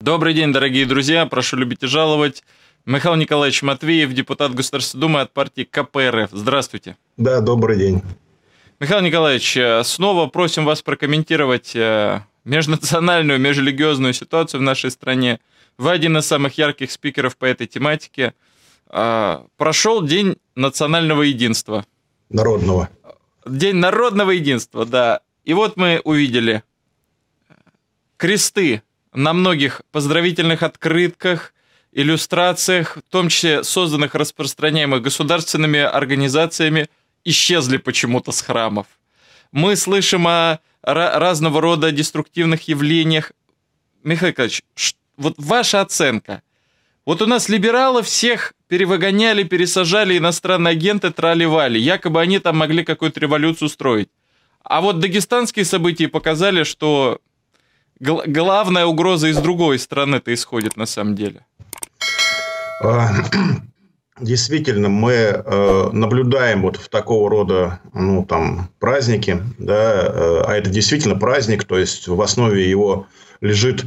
Добрый день, дорогие друзья. Прошу любить и жаловать. Михаил Николаевич Матвеев, депутат Государственной Думы от партии КПРФ. Здравствуйте. Да, добрый день. Михаил Николаевич, снова просим вас прокомментировать межнациональную, межрелигиозную ситуацию в нашей стране. Вы один из самых ярких спикеров по этой тематике. Прошел День национального единства. Народного. День народного единства, да. И вот мы увидели кресты на многих поздравительных открытках, иллюстрациях, в том числе созданных, распространяемых государственными организациями, исчезли почему-то с храмов. Мы слышим о разного рода деструктивных явлениях. Михаил Николаевич, вот ваша оценка. Вот у нас либералов всех перевыгоняли, пересажали иностранные агенты, трали-вали. Якобы они там могли какую-то революцию устроить. А вот дагестанские события показали, что главная угроза из другой страны-то исходит на самом деле. Действительно, мы наблюдаем вот в такого рода праздники, да, а это действительно праздник, то есть в основе его лежит,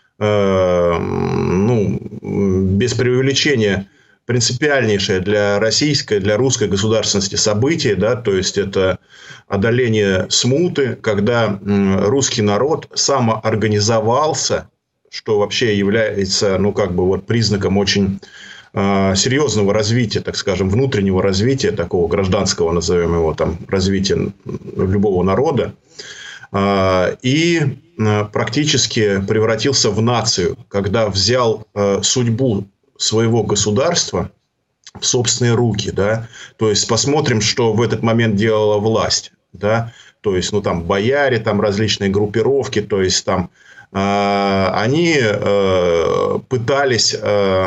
без преувеличения, принципиальнейшее для российской, для русской государственности событие, да, то есть это одоление смуты, когда русский народ самоорганизовался, что вообще является, признаком очень серьезного развития, так скажем, внутреннего развития, такого гражданского, назовем его там, развития любого народа, и практически превратился в нацию, когда взял судьбу своего государства в собственные руки, да, то есть посмотрим, что в этот момент делала власть, да, то есть, бояре, там различные группировки, то есть, там они пытались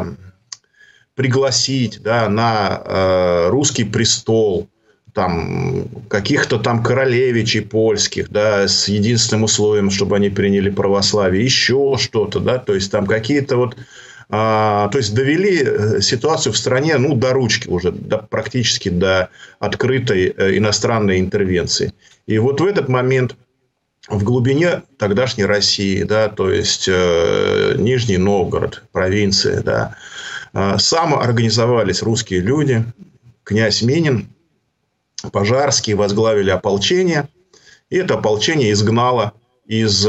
пригласить, да, на русский престол там каких-то там королевичей польских, да, с единственным условием, чтобы они приняли православие, еще что-то, да, то есть там какие-то вот, то есть довели ситуацию в стране, до ручки уже, практически до открытой иностранной интервенции. И вот в этот момент в глубине тогдашней России, да, то есть Нижний Новгород, провинция, да, самоорганизовались русские люди, князь Минин, Пожарский возглавили ополчение, и это ополчение изгнало из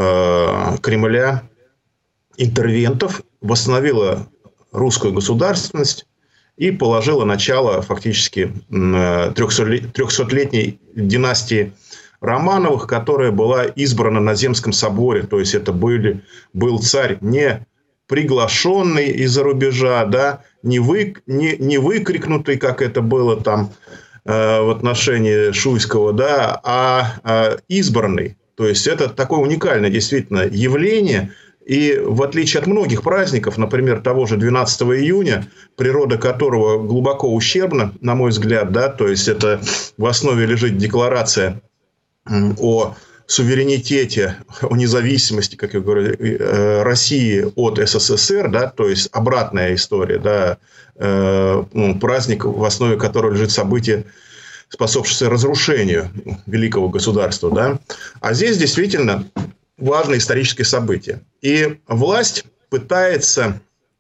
Кремля интервентов, восстановило русскую государственность и положило начало фактически 300-летней династии Романовых, которая была избрана на Земском соборе. То есть это был царь не приглашенный из-за рубежа, да, не выкрикнутый, как это было там в отношении Шуйского, да, а избранный. То есть это такое уникальное действительно явление. И в отличие от многих праздников, например, того же 12 июня, природа которого глубоко ущербна, на мой взгляд, да, то есть это в основе лежит декларация о суверенитете, о независимости, как я говорю, России от СССР, да, то есть обратная история, да, праздник, в основе которого лежит событие, способствующее разрушению великого государства, да. А здесь действительно важное историческое событие. И власть пытается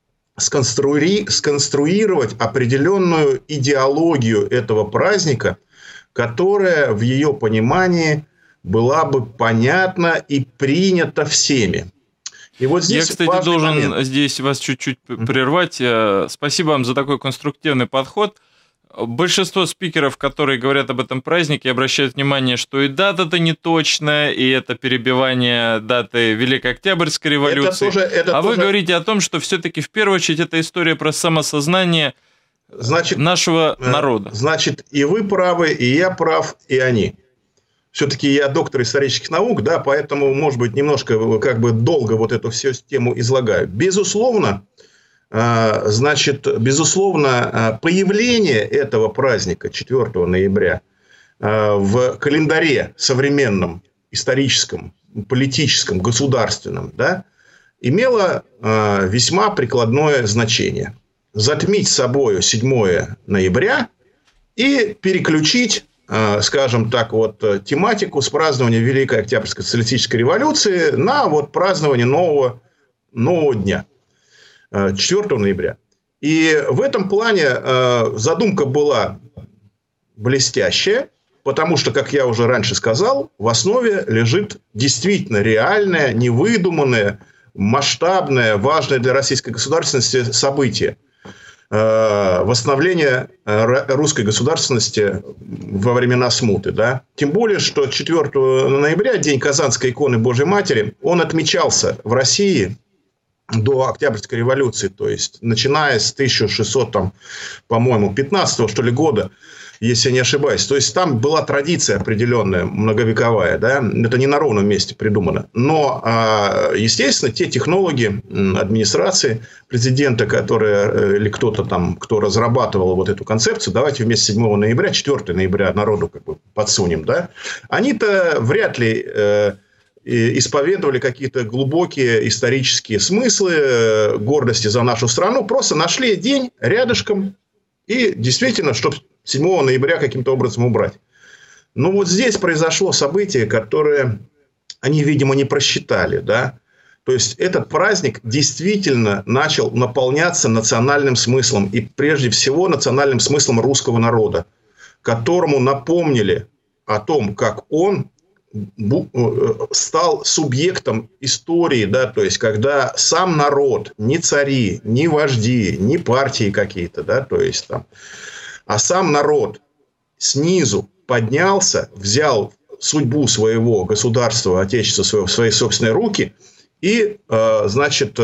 сконструировать определенную идеологию этого праздника, которая в ее понимании была бы понятна и принята всеми. И вот здесь я, кстати, должен здесь вас чуть-чуть прервать. Спасибо вам за такой конструктивный подход. Большинство спикеров, которые говорят об этом празднике, обращают внимание, что и дата-то не точная, и это перебивание даты Великой Октябрьской революции. Вы говорите о том, что все-таки в первую очередь это история про самосознание нашего народа. Значит, и вы правы, и я прав, и они. Все-таки я доктор исторических наук, да, поэтому, может быть, немножко долго вот эту всю тему излагаю. Безусловно, появление этого праздника 4 ноября в календаре современном, историческом, политическом, государственном, да, имело весьма прикладное значение. Затмить собою 7 ноября и переключить, скажем так, тематику с празднования Великой Октябрьской социалистической революции на празднование нового нового дня, 4 ноября. И в этом плане задумка была блестящая, потому что, как я уже раньше сказал, в основе лежит действительно реальное, невыдуманное, масштабное, важное для российской государственности событие. Восстановление русской государственности во времена смуты. Да? Тем более, что 4 ноября, День Казанской иконы Божьей Матери, он отмечался в России до Октябрьской революции, то есть начиная с 1600, по-моему, 15-го, что ли, года, если я не ошибаюсь. То есть там была традиция определенная, многовековая, да, это не на ровном месте придумано. Но, естественно, те технологи администрации президента, которые, или кто-то там, кто разрабатывал вот эту концепцию, давайте вместо 7 ноября, 4 ноября народу как бы подсунем, да, они-то вряд ли исповедовали какие-то глубокие исторические смыслы гордости за нашу страну, просто нашли день рядышком и действительно, чтобы 7 ноября каким-то образом убрать. Но вот здесь произошло событие, которое они, видимо, не просчитали, да. То есть этот праздник действительно начал наполняться национальным смыслом и прежде всего национальным смыслом русского народа, которому напомнили о том, как он стал субъектом истории, да, то есть когда сам народ, ни цари, ни вожди, ни партии какие-то, да, то есть там, а сам народ снизу поднялся, взял судьбу своего государства, отечества своего в свои собственные руки и, значит,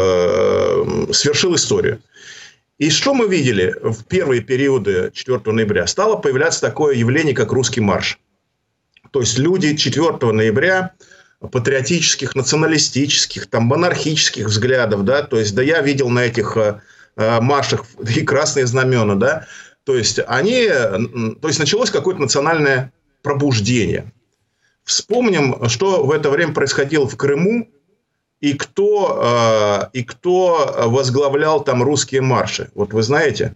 свершил историю. И что мы видели в первые периоды 4 ноября? Стало появляться такое явление, как русский марш. То есть люди 4 ноября патриотических, националистических, там, монархических взглядов, да, то есть, да, я видел на этих маршах и красные знамена, да, то есть началось какое-то национальное пробуждение. Вспомним, что в это время происходило в Крыму и кто возглавлял там русские марши. Вот вы знаете?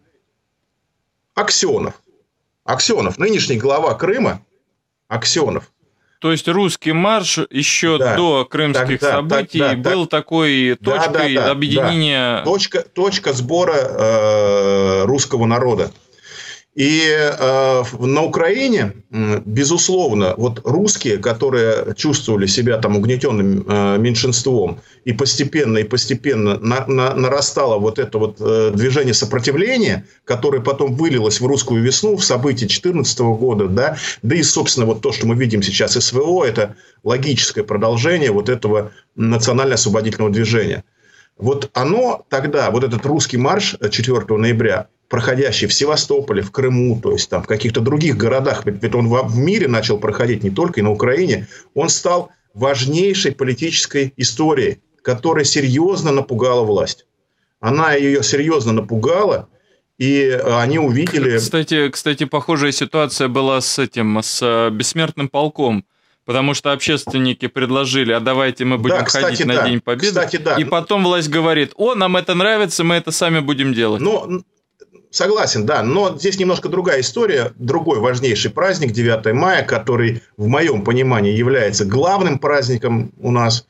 Аксенов. Аксенов, нынешний глава Крыма, Аксенов. То есть русский марш еще до крымских событий был такой точкой объединения. Да. Точка сбора русского народа. И на Украине, безусловно, вот русские, которые чувствовали себя там угнетенным меньшинством, и постепенно нарастало вот это вот движение сопротивления, которое потом вылилось в русскую весну, в события 2014 года, да и, собственно, вот то, что мы видим сейчас СВО, это логическое продолжение вот этого национально-освободительного движения. Вот оно тогда, вот этот русский марш 4 ноября, проходящий в Севастополе, в Крыму, то есть там в каких-то других городах, ведь он в мире начал проходить, не только и на Украине, он стал важнейшей политической историей, которая серьезно напугала власть. Она ее серьезно напугала, и они увидели... Кстати, похожая ситуация была с Бессмертным полком. Потому что общественники предложили, а давайте мы будем ходить на День Победы. И потом власть говорит, нам это нравится, мы это сами будем делать. Согласен, да, но здесь немножко другая история, другой важнейший праздник 9 мая, который в моем понимании является главным праздником у нас,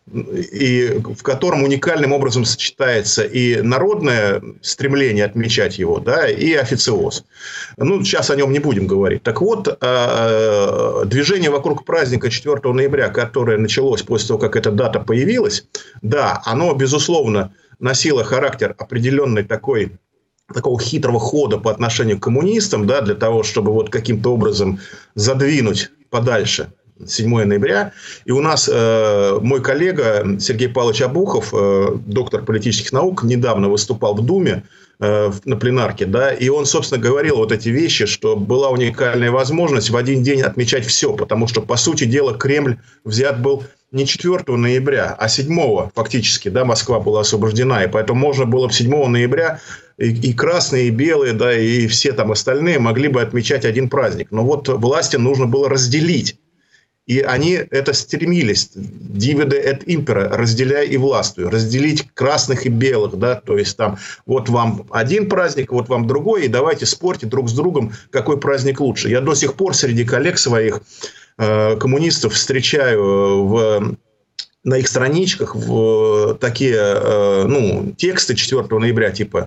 и в котором уникальным образом сочетается и народное стремление отмечать его, да, и официоз. Сейчас о нем не будем говорить. Так вот, движение вокруг праздника 4 ноября, которое началось после того, как эта дата появилась, да, оно, безусловно, носило характер определенной такого хитрого хода по отношению к коммунистам, да, для того, чтобы вот каким-то образом задвинуть подальше 7 ноября. И у нас мой коллега Сергей Павлович Обухов, доктор политических наук, недавно выступал в Думе на пленарке, да, и он, собственно, говорил вот эти вещи, что была уникальная возможность в один день отмечать все, потому что, по сути дела, Кремль взят был не 4 ноября, а 7 фактически, да, Москва была освобождена, и поэтому можно было 7 ноября и красные, и белые, да, и все там остальные могли бы отмечать один праздник. Но вот власти нужно было разделить. И они это стремились, divide et impera, разделяй и властвуй, разделить красных и белых, да, то есть там вот вам один праздник, вот вам другой, и давайте спорьте друг с другом, какой праздник лучше. Я до сих пор среди коллег своих коммунистов встречаю на их страничках такие тексты 4 ноября, типа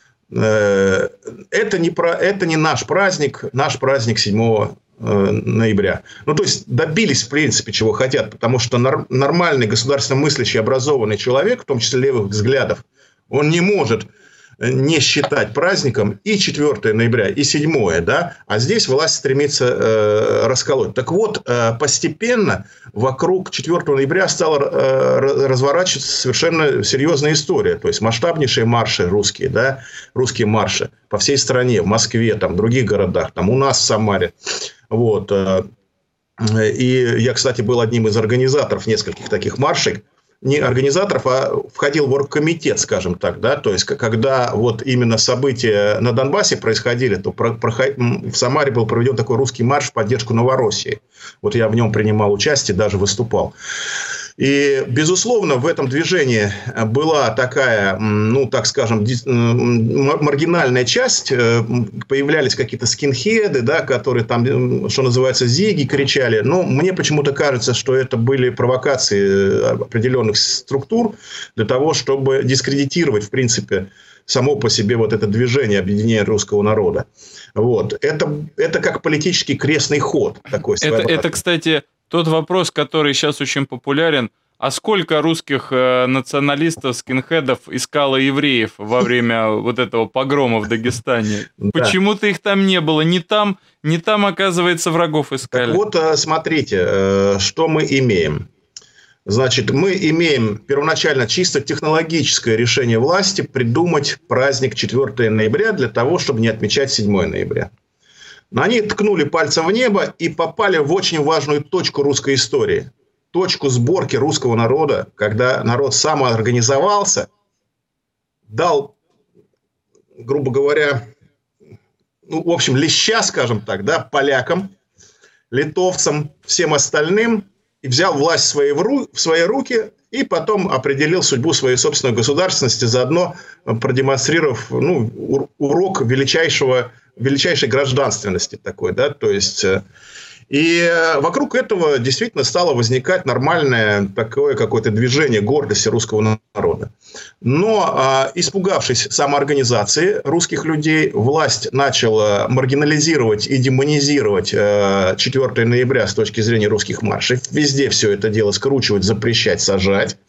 это не наш праздник 7 ноября. Ну, то есть, добились, в принципе, чего хотят, потому что нормальный государственно мыслящий, образованный человек, в том числе левых взглядов, он не может не считать праздником и 4 ноября, и 7, да, а здесь власть стремится расколоть. Так вот, постепенно вокруг 4 ноября стала разворачиваться совершенно серьезная история, то есть масштабнейшие марши русские, да, русские марши по всей стране, в Москве, там, в других городах, там, у нас в Самаре, вот. И я, кстати, был одним из организаторов нескольких таких маршей, не организаторов, а входил в оргкомитет, скажем так, да, то есть, когда вот именно события на Донбассе происходили, то в Самаре был проведен такой русский марш в поддержку Новороссии. Вот я в нем принимал участие, даже выступал. И, безусловно, в этом движении была такая, ну, так скажем, маргинальная часть. Появлялись какие-то скинхеды, да, которые там, что называется, зиги кричали. Но мне почему-то кажется, что это были провокации определенных структур для того, чтобы дискредитировать, в принципе, само по себе вот это движение объединения русского народа. Вот. Это как политический крестный ход такой. Это, кстати, тот вопрос, который сейчас очень популярен. А сколько русских националистов, скинхедов искало евреев во время вот этого погрома в Дагестане? Да. Почему-то их там не было. Ни там, оказывается, врагов искали. Так вот, смотрите, что мы имеем. Значит, мы имеем первоначально чисто технологическое решение власти придумать праздник 4 ноября для того, чтобы не отмечать 7 ноября. Но они ткнули пальцем в небо и попали в очень важную точку русской истории. Точку сборки русского народа, когда народ самоорганизовался, дал, грубо говоря, ну, в общем, леща, скажем так, да, полякам, литовцам, всем остальным, и взял власть в свои руки и потом определил судьбу своей собственной государственности, заодно продемонстрировав, ну, урок величайшей гражданственности такой, да, то есть... И вокруг этого действительно стало возникать нормальное такое какое-то движение гордости русского народа. Но, испугавшись самоорганизации русских людей, власть начала маргинализировать и демонизировать 4 ноября с точки зрения русских маршей. Везде все это дело скручивать, запрещать, сажать.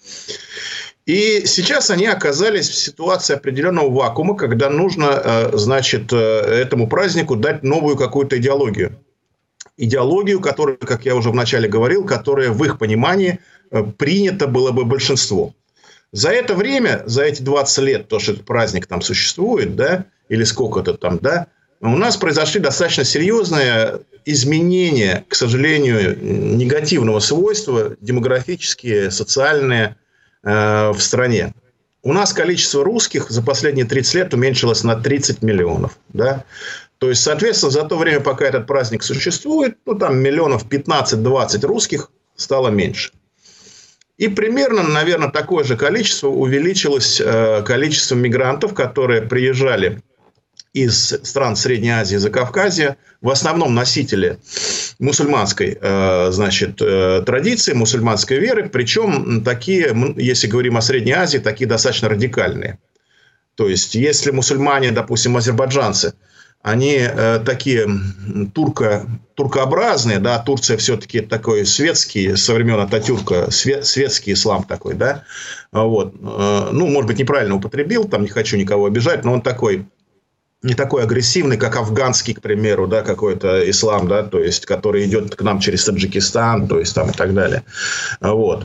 И сейчас они оказались в ситуации определенного вакуума, когда нужно, значит, этому празднику дать новую какую-то идеологию. Идеологию, которая, как я уже вначале говорил, которая в их понимании принята было бы большинством. За это время, за эти 20 лет, то, что этот праздник там существует, да, или сколько-то там, да, у нас произошли достаточно серьезные изменения, к сожалению, негативного свойства, демографические, социальные в стране. У нас количество русских за последние 30 лет уменьшилось на 30 миллионов, да. То есть, соответственно, за то время, пока этот праздник существует, ну, там миллионов 15-20 русских стало меньше. И примерно, наверное, такое же количество увеличилось количество мигрантов, которые приезжали из стран Средней Азии и Закавказья, в основном носители мусульманской, значит, традиции, мусульманской веры, причем такие, если говорим о Средней Азии, такие достаточно радикальные. То есть, если мусульмане, допустим, азербайджанцы, они такие туркообразные, да, Турция все-таки такой светский, со времен Ататюрка, светский ислам такой, да, вот, ну, может быть, неправильно употребил, там не хочу никого обижать, но он такой, не такой агрессивный, как афганский, к примеру, да, какой-то ислам, да, то есть, который идет к нам через Таджикистан, то есть, там и так далее, вот.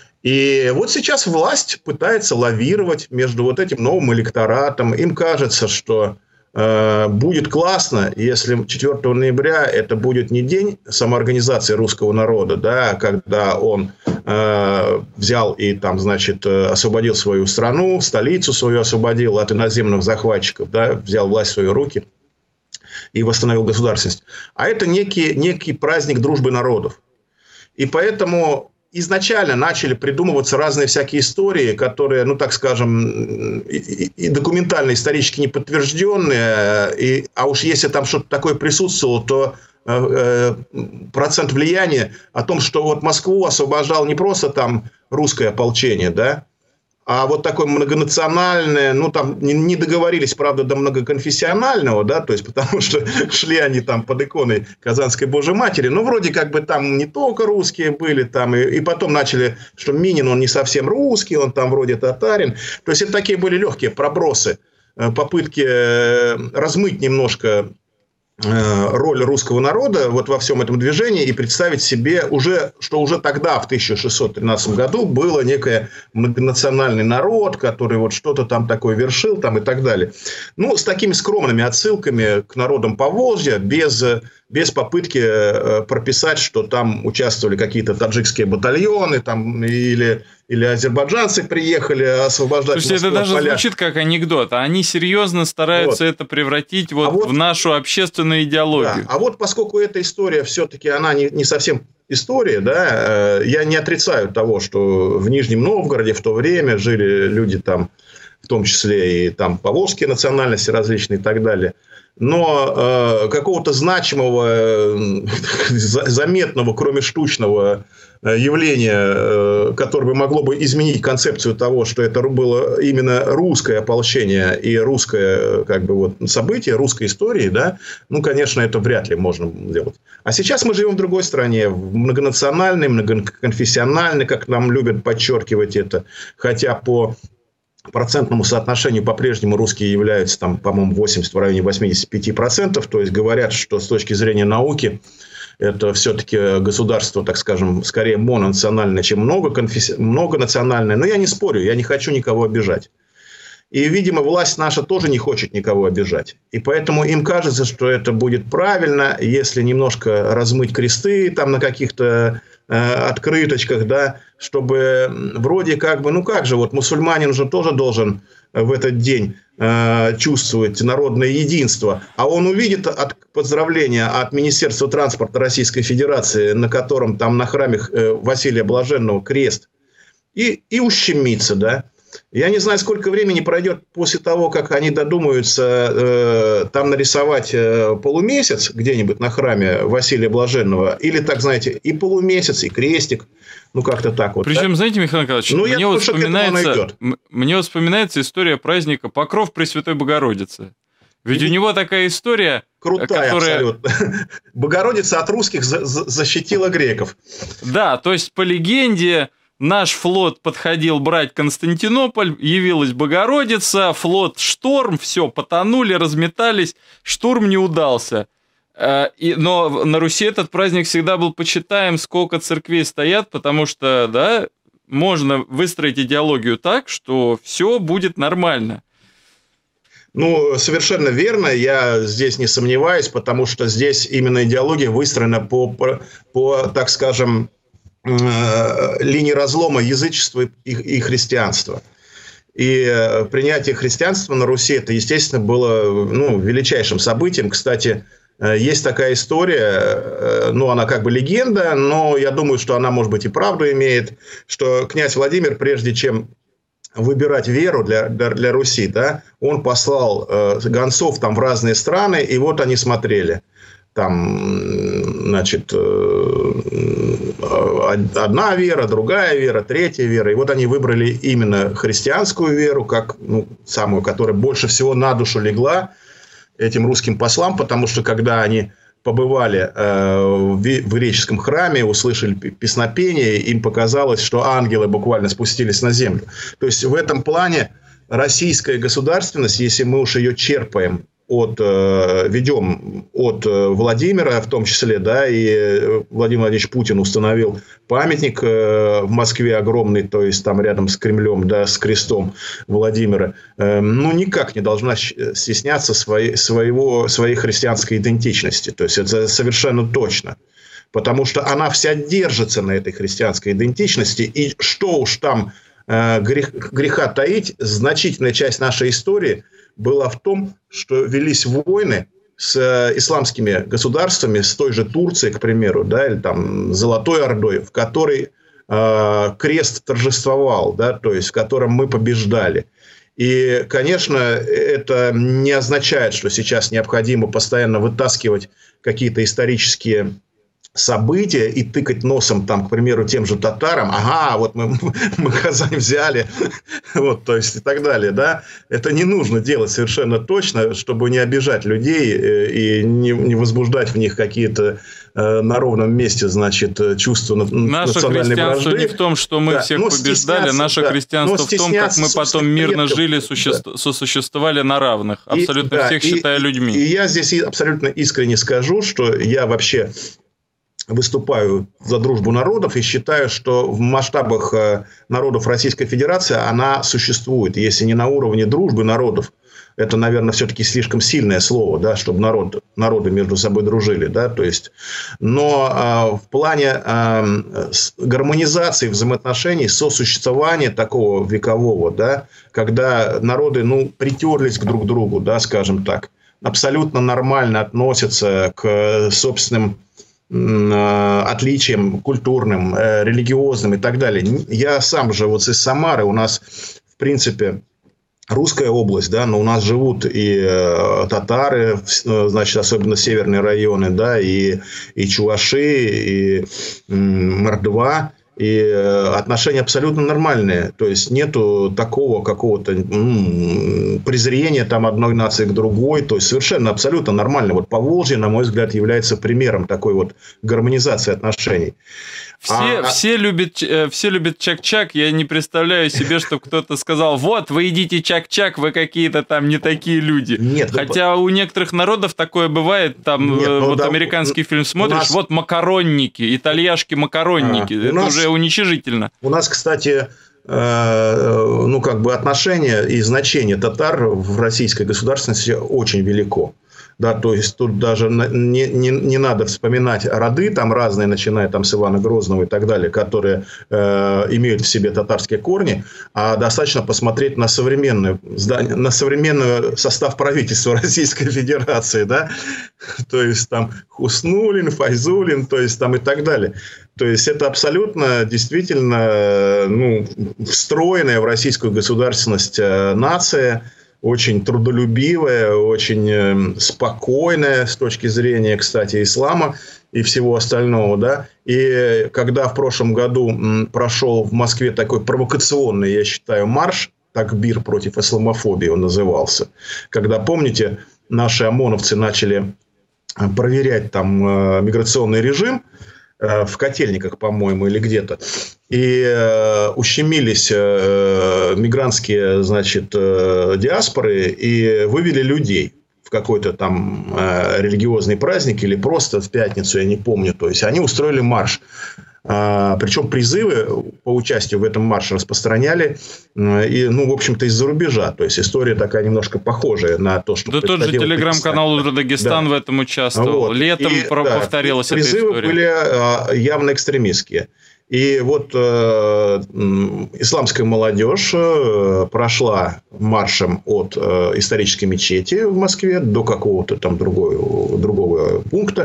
И вот сейчас власть пытается лавировать между вот этим новым электоратом, им кажется, что будет классно, если 4 ноября это будет не день самоорганизации русского народа, да, когда он взял и там, значит, освободил свою страну, столицу свою освободил от иноземных захватчиков, да, взял власть в свои руки и восстановил государственность. А это некий праздник дружбы народов. И поэтому изначально начали придумываться разные всякие истории, которые, ну, так скажем, и документально, исторически не подтвержденные. А уж если там что-то такое присутствовало, то процент влияния о том, что вот Москву освобождал не просто там русское ополчение, да, а вот такое многонациональное, ну, там не договорились, правда, до многоконфессионального, да, то есть, потому что шли они там под иконой Казанской Божьей Матери, но вроде как бы там не только русские были, там, и потом начали, что Минин, он не совсем русский, он там вроде татарин. То есть, это такие были легкие пробросы, попытки размыть немножко роль русского народа вот во всем этом движении и представить себе, что уже тогда, в 1613 году, было некое многонациональный народ, который вот что-то там такое вершил там, и так далее. Ну, с такими скромными отсылками к народам Поволжья, без попытки прописать, что там участвовали какие-то таджикские батальоны там, или азербайджанцы приехали освобождать Москву. Слушайте, это даже звучит как анекдот, а они серьезно стараются это превратить в нашу общественную идеологию. Да. А вот поскольку эта история все-таки, она не совсем история, да, я не отрицаю того, что в Нижнем Новгороде в то время жили люди там, в том числе и там поволжские национальности различные и так далее. Но какого-то значимого, заметного, кроме штучного явления, которое бы могло бы изменить концепцию того, что это было именно русское ополчение и русское как бы, вот, событие, русской истории, да, ну, конечно, это вряд ли можно делать. А сейчас мы живем в другой стране, в многонациональной, многоконфессиональной, как нам любят подчеркивать это, хотя по процентному соотношению по-прежнему русские являются, там, по-моему, 80, в районе 85%. То есть, говорят, что с точки зрения науки это все-таки государство, так скажем, скорее мононациональное, чем многонациональное. Но я не спорю, я не хочу никого обижать. И, видимо, власть наша тоже не хочет никого обижать. И поэтому им кажется, что это будет правильно, если немножко размыть кресты там на каких-то открыточках, да, чтобы вроде как бы, ну как же, вот мусульманин же тоже должен в этот день чувствовать народное единство, а он увидит поздравления от Министерства транспорта Российской Федерации, на котором там на храме Василия Блаженного крест, и ущемится, да. Я не знаю, сколько времени пройдет после того, как они додумаются там нарисовать полумесяц где-нибудь на храме Василия Блаженного. Или, так знаете, и полумесяц, и крестик. Ну, как-то так вот. Причем, да? Знаете, Михаил Николаевич, мне вспоминается история праздника Покров Пресвятой Богородицы. Ведь у него такая история... Крутая абсолютно. Богородица от русских защитила греков. Да, то есть, по легенде... Наш флот подходил брать Константинополь, явилась Богородица, флот шторм, все, потонули, разметались, штурм не удался. Но на Руси этот праздник всегда был почитаем, сколько церквей стоят, потому что, да, можно выстроить идеологию так, что все будет нормально. Ну, совершенно верно, я здесь не сомневаюсь, потому что здесь именно идеология выстроена по так скажем, линии разлома язычества и христианства. И принятие христианства на Руси, это, естественно, было величайшим событием. Кстати, есть такая история, она как бы легенда, но я думаю, что она, может быть, и правду имеет, что князь Владимир, прежде чем выбирать веру для Руси, да, он послал гонцов там в разные страны, и вот они смотрели. Там, значит, одна вера, другая вера, третья вера. И вот они выбрали именно христианскую веру, как самую, которая больше всего на душу легла этим русским послам, потому что когда они побывали в греческом храме, услышали песнопение, им показалось, что ангелы буквально спустились на землю. То есть в этом плане российская государственность, если мы уж ее черпаем, ведем от Владимира, в том числе, да, и Владимир Владимирович Путин установил памятник в Москве огромный, то есть там рядом с Кремлем, да, с крестом Владимира, никак не должна стесняться своей христианской идентичности. То есть это совершенно точно. Потому что она вся держится на этой христианской идентичности, и что уж там греха таить, значительная часть нашей истории была в том, что велись войны с исламскими государствами, с той же Турцией, к примеру, да, или там Золотой Ордой, в которой крест торжествовал, да, то есть в котором мы побеждали. И, конечно, это не означает, что сейчас необходимо постоянно вытаскивать какие-то исторические события и тыкать носом, там, к примеру, тем же татарам. Ага, вот мы Казань взяли, вот, то есть и так далее, да. Это не нужно делать совершенно точно, чтобы не обижать людей и не возбуждать в них какие-то на ровном месте, значит, чувства национальной вражды. Наше христианство не в том, что мы всех побеждали, наше христианство в том, как мы потом мирно жили, сосуществовали на равных, абсолютно всех считая людьми. И я здесь абсолютно искренне скажу, что я вообще выступаю за дружбу народов и считаю, что в масштабах народов Российской Федерации она существует. Если не на уровне дружбы народов, это, наверное, все-таки слишком сильное слово, да, чтобы народы между собой дружили. Да, то есть, но в плане гармонизации взаимоотношений, сосуществования такого векового, да, когда народы притерлись друг к другу, да, скажем так, абсолютно нормально относятся к собственным отличиям культурным, религиозным и так далее. Я сам же вот из Самары, у нас, в принципе, русская область, да, но у нас живут и татары, значит, особенно северные районы, да, и чуваши, и мордва. И отношения абсолютно нормальные. То есть нету такого какого-то презрения там одной нации к другой. То есть совершенно абсолютно нормально. Вот Поволжье, на мой взгляд, является примером такой вот гармонизации отношений. Все любят чак-чак. Я не представляю себе, что кто-то сказал: вот, вы едите чак-чак, вы какие-то там не такие люди. Нет, хотя у некоторых народов такое бывает. Там американский фильм смотришь, вот макаронники, итальяшки-макаронники. Это уже уничижительно. У нас, кстати, отношение и значение татар в российской государственности очень велико. Да, то есть тут даже не надо вспоминать роды там разные, начиная там с Ивана Грозного и так далее, которые имеют в себе татарские корни, а достаточно посмотреть на современный состав правительства Российской Федерации, да, то есть там Хуснуллин, Файзуллин, то есть там и так далее. То есть это абсолютно действительно встроенная в российскую государственность нация, очень трудолюбивая, очень спокойная с точки зрения, кстати, ислама и всего остального, да. И когда в прошлом году прошел в Москве такой провокационный, я считаю, марш, такбир против исламофобии он назывался, когда, помните, наши ОМОНовцы начали проверять там миграционный режим в Котельниках, по-моему, или где-то. И ущемились мигрантские, значит, диаспоры и вывели людей в какой-то там религиозный праздник или просто в пятницу, я не помню. То есть они устроили марш. Причем призывы по участию в этом марше распространяли и, в общем-то, из-за рубежа. То есть история такая немножко похожая на то, что... Да тот же телеграм-канал «Утро Дагестан» в этом участвовал. Вот. Летом повторилась эта история. Призывы были явно экстремистские. И вот исламская молодежь прошла маршем от исторической мечети в Москве до какого-то там другого пункта.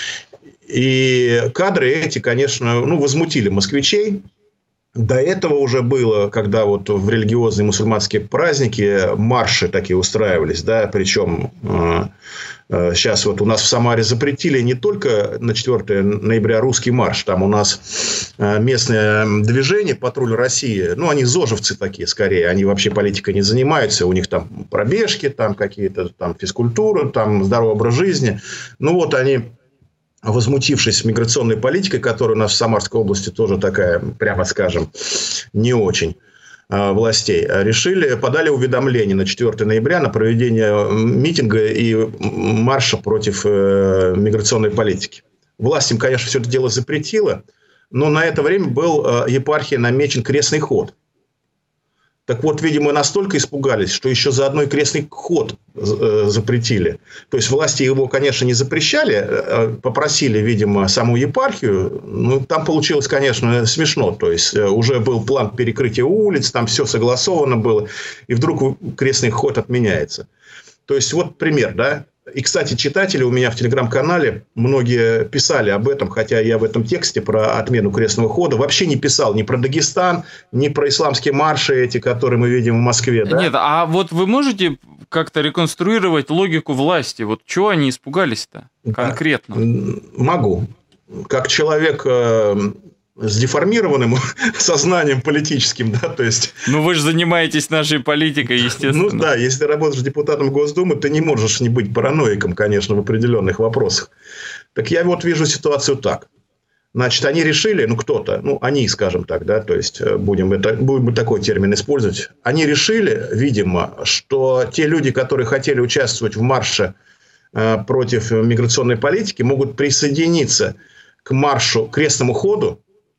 И кадры эти, конечно, возмутили москвичей. До этого уже было, когда вот в религиозные мусульманские праздники марши такие устраивались, да, причем сейчас вот у нас в Самаре запретили не только на 4 ноября русский марш, там у нас местное движение «Патруль России», они зожевцы такие скорее, они вообще политикой не занимаются, у них там пробежки, там какие-то там физкультура, там здоровый образ жизни, они... возмутившись миграционной политикой, которая у нас в Самарской области тоже такая, прямо скажем, не очень властей, подали уведомление на 4 ноября на проведение митинга и марша против миграционной политики. Власть им, конечно, все это дело запретила, но на это время был епархией намечен крестный ход. Так вот, видимо, настолько испугались, что еще заодно и крестный ход запретили. То есть власти его, конечно, не запрещали, попросили, видимо, саму епархию. Там получилось, конечно, смешно. То есть уже был план перекрытия улиц, там все согласовано было, и вдруг крестный ход отменяется. То есть вот пример, да. И, кстати, читатели у меня в телеграм-канале многие писали об этом, хотя я в этом тексте про отмену крестного хода вообще не писал ни про Дагестан, ни про исламские марши эти, которые мы видим в Москве. Да? Нет, а вот вы можете как-то реконструировать логику власти? Вот чего они испугались-то конкретно? Да, могу. Как человек с деформированным сознанием политическим, да, то есть... Ну, вы же занимаетесь нашей политикой, естественно. Ну, да, если ты работаешь депутатом Госдумы, ты не можешь не быть параноиком, конечно, в определенных вопросах. Так я вот вижу ситуацию так. Значит, они решили, ну, кто-то, ну, они, скажем так, да, то есть, будем такой термин использовать. Они решили, видимо, что те люди, которые хотели участвовать в марше против миграционной политики, могут присоединиться к маршу, к крестному ходу,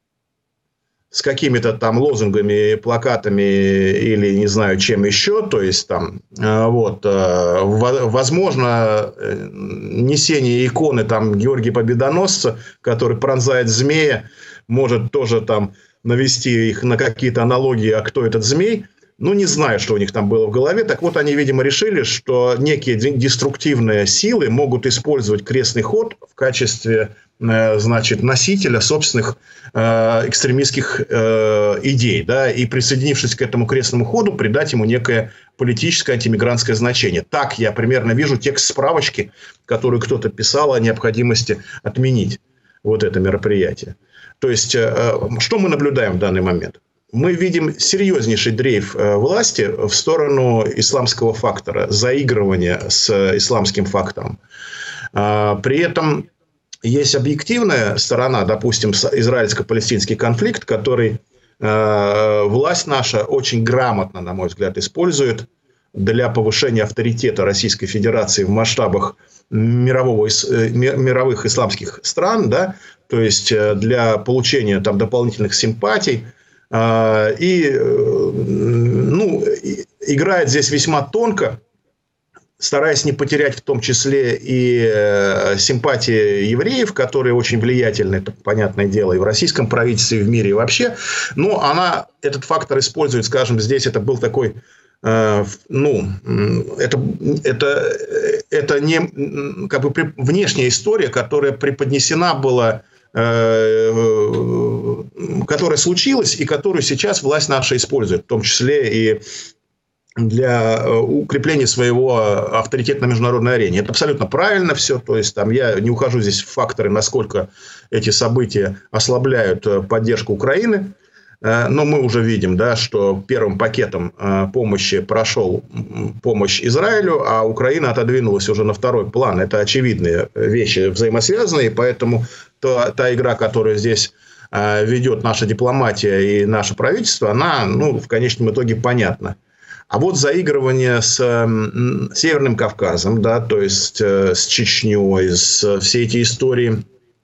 с какими-то там лозунгами, плакатами или не знаю чем еще, то есть там вот, возможно, несение иконы там Георгия Победоносца, который пронзает змея, может тоже там навести их на какие-то аналогии, а кто этот змей. Ну, не знаю, что у них там было в голове. Так вот, они, видимо, решили, что некие деструктивные силы могут использовать крестный ход в качестве, значит, носителя собственных экстремистских идей, да, и, присоединившись к этому крестному ходу, придать ему некое политическое антимигрантское значение. Так я примерно вижу текст справочки, которую кто-то писал о необходимости отменить вот это мероприятие. То есть, что мы наблюдаем в данный момент? Мы видим серьезнейший дрейф власти в сторону исламского фактора, заигрывания с исламским фактором. При этом есть объективная сторона, допустим, израильско-палестинский конфликт, который власть наша очень грамотно, на мой взгляд, использует для повышения авторитета Российской Федерации в масштабах мировых исламских стран, да, то есть для получения там дополнительных симпатий. И, ну, играет здесь весьма тонко, стараясь не потерять в том числе и симпатии евреев, которые очень влиятельны, это понятное дело, и в российском правительстве, и в мире, и вообще. Но она этот фактор использует, скажем, здесь это был такой, ну, это не как бы внешняя история, которая преподнесена была, которая случилась и которую сейчас власть наша использует, в том числе и для укрепления своего авторитета на международной арене. Это абсолютно правильно все. То есть, там, я не ухожу здесь в факторы, насколько эти события ослабляют поддержку Украины. Но мы уже видим, да, что первым пакетом помощи прошел помощь Израилю, а Украина отодвинулась уже на второй план. Это очевидные вещи взаимосвязанные, поэтому та игра, которую здесь ведет наша дипломатия и наше правительство, она, ну, в конечном итоге понятна. А вот заигрывание с Северным Кавказом, да, то есть с Чечней, с все эти истории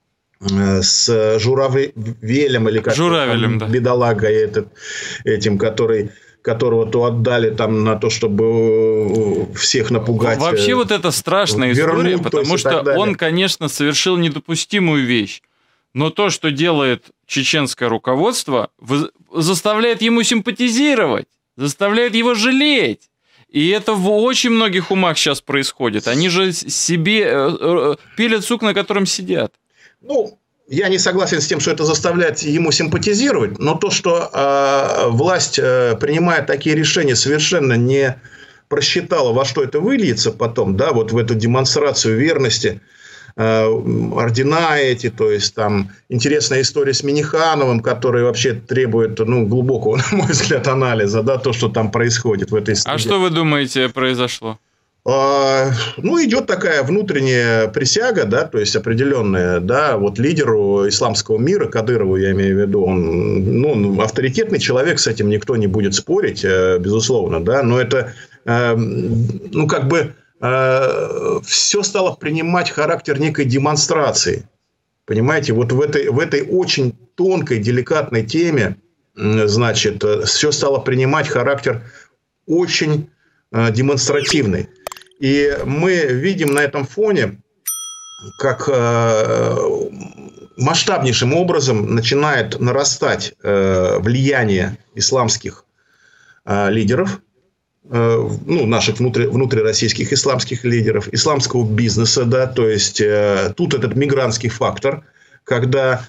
с Журавелем, или как Журавелем, да. Бедолагой этим, которого то отдали там на то, чтобы всех напугать. Вообще вот это страшная история, потому что он, конечно, совершил недопустимую вещь. Но то, что делает чеченское руководство, заставляет ему симпатизировать, заставляет его жалеть. И это в очень многих умах сейчас происходит. Они же себе пилят сук, на котором сидят. Ну, я не согласен с тем, что это заставляет ему симпатизировать, но то, что власть принимает такие решения, совершенно не просчитала, во что это выльется потом, да, вот в эту демонстрацию верности, ордена эти, то есть там интересная история с Миннихановым, которая вообще требует, ну, глубокого, на мой взгляд, анализа, да, то, что там происходит в этой истории. А что вы думаете произошло? Ну, идет такая внутренняя присяга, да, то есть определенная, да, вот лидеру исламского мира, Кадырову, я имею в виду, он авторитетный человек, с этим никто не будет спорить, безусловно, да, но это, ну, как бы все стало принимать характер некой демонстрации, понимаете, вот в этой очень тонкой, деликатной теме, значит, все стало принимать характер очень демонстративный. И мы видим на этом фоне, как масштабнейшим образом начинает нарастать влияние исламских лидеров ну, наших внутрироссийских исламских лидеров, исламского бизнеса, да, то есть тут этот мигрантский фактор, когда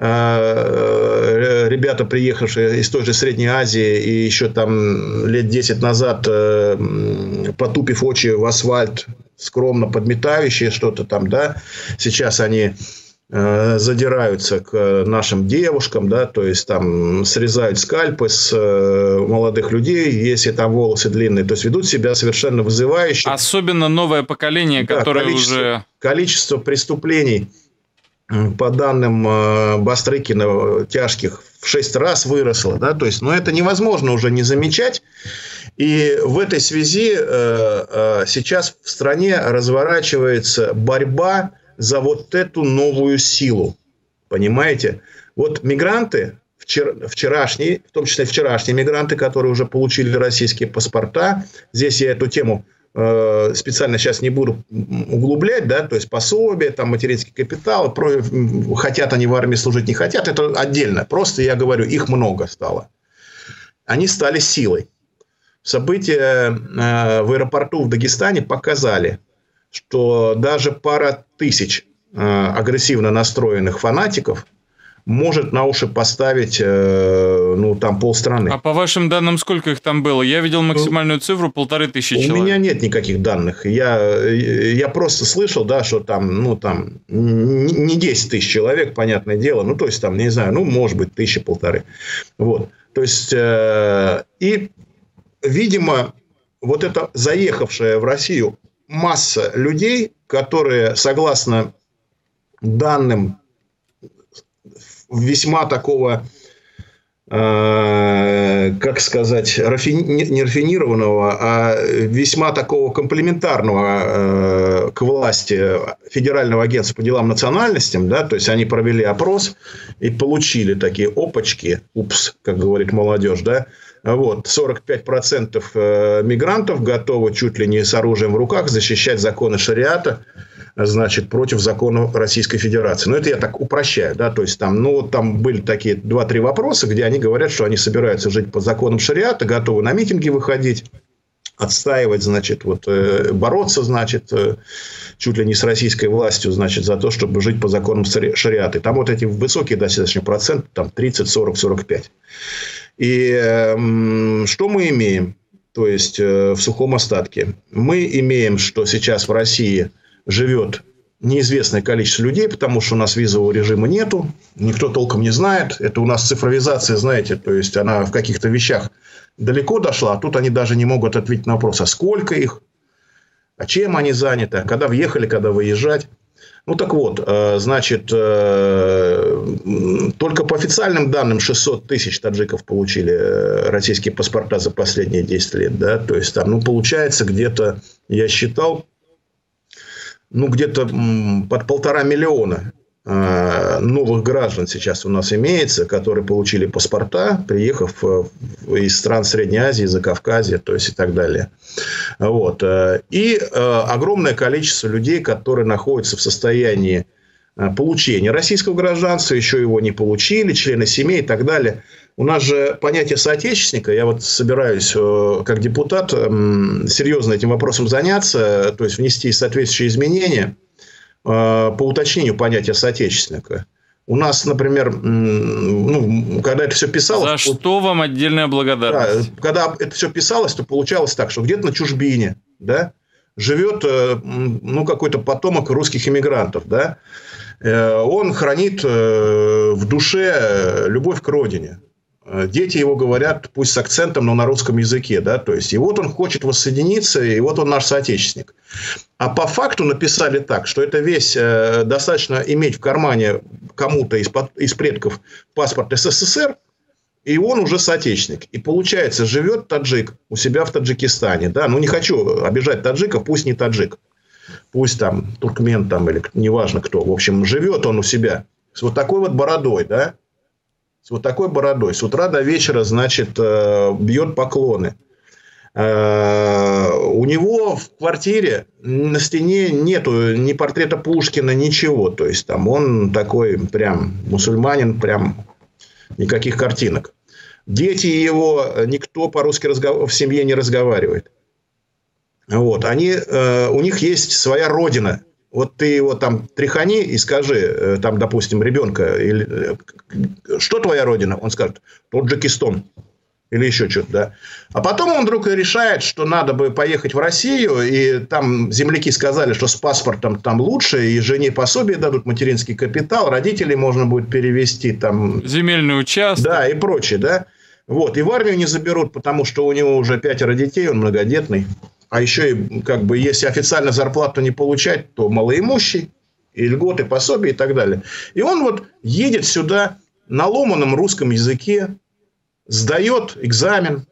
ребята, приехавшие из той же Средней Азии и еще там лет 10 назад, потупив очи в асфальт, скромно подметающие что-то там, да, сейчас они задираются к нашим девушкам, да, то есть там срезают скальпы с молодых людей, если там волосы длинные, то есть ведут себя совершенно вызывающе. Особенно новое поколение, да, которое количество преступлений, по данным Бастрыкина, тяжких в 6 раз выросло, да, то есть, но это невозможно уже не замечать. И в этой связи сейчас в стране разворачивается борьба за вот эту новую силу. Понимаете? Вот мигранты, вчерашние, в том числе вчерашние мигранты, которые уже получили российские паспорта, здесь я эту тему специально сейчас не буду углублять, да, то есть пособие, там материнский капитал, хотят они в армии служить, не хотят, это отдельно. Просто я говорю, их много стало. Они стали силой. События в аэропорту в Дагестане показали, что даже пара тысяч агрессивно настроенных фанатиков может на уши поставить, ну, там, полстраны. А по вашим данным, сколько их там было? Я видел максимальную цифру 1500 человек. У меня нет никаких данных. Я просто слышал, да, что там, ну, там, не 10 тысяч человек, понятное дело. Ну, то есть, там, не знаю, ну, может быть, 1000-1500. Вот. То есть, и, видимо, вот эта заехавшая в Россию масса людей, которые, согласно данным весьма такого, как сказать, не рафинированного, а весьма такого комплементарного к власти Федерального агентства по делам национальностям, да, то есть они провели опрос и получили такие опачки, упс, как говорит молодежь, да, вот, 45% мигрантов готовы чуть ли не с оружием в руках защищать законы шариата, значит, против закона Российской Федерации. Но это я так упрощаю, да, то есть там, ну, вот там были такие 2-3 вопроса, где они говорят, что они собираются жить по законам шариата, готовы на митинги выходить, отстаивать, значит, вот, бороться, значит, чуть ли не с российской властью, значит, за то, чтобы жить по законам шариата. И там вот эти высокие достаточно проценты, там 30, 40, 45. И что мы имеем? То есть, в сухом остатке. Мы имеем, что сейчас в России живет неизвестное количество людей, потому что у нас визового режима нету, никто толком не знает. Это у нас цифровизация, знаете, то есть она в каких-то вещах далеко дошла, а тут они даже не могут ответить на вопрос, а сколько их, а чем они заняты, а когда въехали, когда выезжать. Ну, так вот, значит, только по официальным данным 600 тысяч таджиков получили российские паспорта за последние 10 лет, да, то есть там, ну, получается где-то, я считал, ну, где-то под 1,5 миллиона новых граждан сейчас у нас имеется, которые получили паспорта, приехав из стран Средней Азии, Закавказья, то есть и так далее. Вот. И огромное количество людей, которые находятся в состоянии получения российского гражданства, еще его не получили, члены семей и так далее. У нас же понятие соотечественника, я вот собираюсь как депутат серьезно этим вопросом заняться, то есть внести соответствующие изменения по уточнению понятия соотечественника. У нас, например, ну, когда это все писалось... За что вам отдельная благодарность? Да, когда это все писалось, то получалось так, что где-то на чужбине, да, живет, ну, какой-то потомок русских иммигрантов, да, он хранит в душе любовь к родине. Дети его говорят, пусть с акцентом, но на русском языке, да, то есть, и вот он хочет воссоединиться, и вот он наш соотечественник. А по факту написали так, что это весь достаточно иметь в кармане кому-то из предков паспорт СССР, и он уже соотечественник. И получается, живет таджик у себя в Таджикистане, да, ну не хочу обижать таджиков, пусть не таджик, пусть там туркмен там или неважно кто, в общем, живет он у себя с вот такой вот бородой, да. С вот такой бородой. С утра до вечера, значит, бьет поклоны. У него в квартире на стене нету ни портрета Пушкина, ничего. То есть, там он такой прям мусульманин, прям никаких картинок. Дети его, никто по-русски в семье не разговаривает. Вот. У них есть своя родина. Вот ты его там тряхани и скажи, там, допустим, ребенка, что твоя родина? Он скажет, Таджикистан. Или еще что-то, да. А потом он вдруг решает, что надо бы поехать в Россию, и там земляки сказали, что с паспортом там лучше, и жене пособие дадут, материнский капитал, родителей можно будет перевести там... Земельный участок. Да, и прочее, да. Вот, и в армию не заберут, потому что у него уже 5 детей, он многодетный. А еще и, как бы, если официально зарплату не получать, то малоимущий, и льготы, пособия и так далее. И он вот едет сюда на ломаном русском языке, сдает экзамен,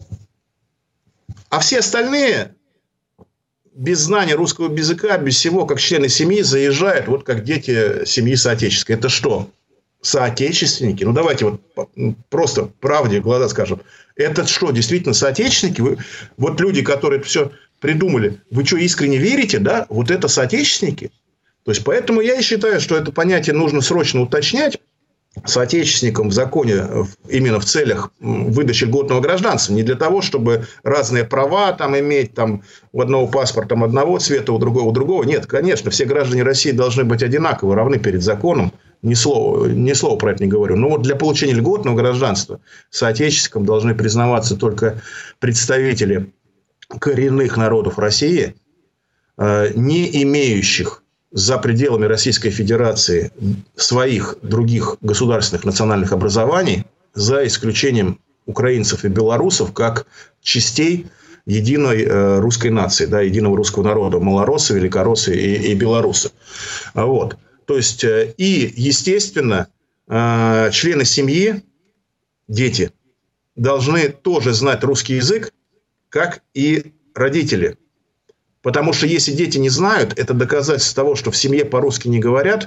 а все остальные без знания русского языка, без всего, как члены семьи, заезжают, вот как дети семьи соотечественной. Это что? Соотечественники? Ну, давайте вот просто правде в глаза скажем. Это что, действительно соотечественники? Вот люди, которые это все придумали, вы что, искренне верите, да? Вот это соотечественники? То есть, поэтому я и считаю, что это понятие нужно срочно уточнять. Соотечественникам в законе именно в целях выдачи льготного гражданства. Не для того, чтобы разные права там иметь, там, у одного паспорта одного цвета, у другого. Нет, конечно, все граждане России должны быть одинаковы, равны перед законом. Ни слова про это не говорю. Но вот для получения льготного гражданства соотечественникам должны признаваться только представители коренных народов России, не имеющих за пределами Российской Федерации своих других государственных национальных образований, за исключением украинцев и белорусов, как частей единой русской нации, да, единого русского народа, малороссы, великороссы и белорусы. Вот. То есть, и, естественно, члены семьи, дети, должны тоже знать русский язык, как и родители. Потому что если дети не знают, это доказательство того, что в семье по-русски не говорят,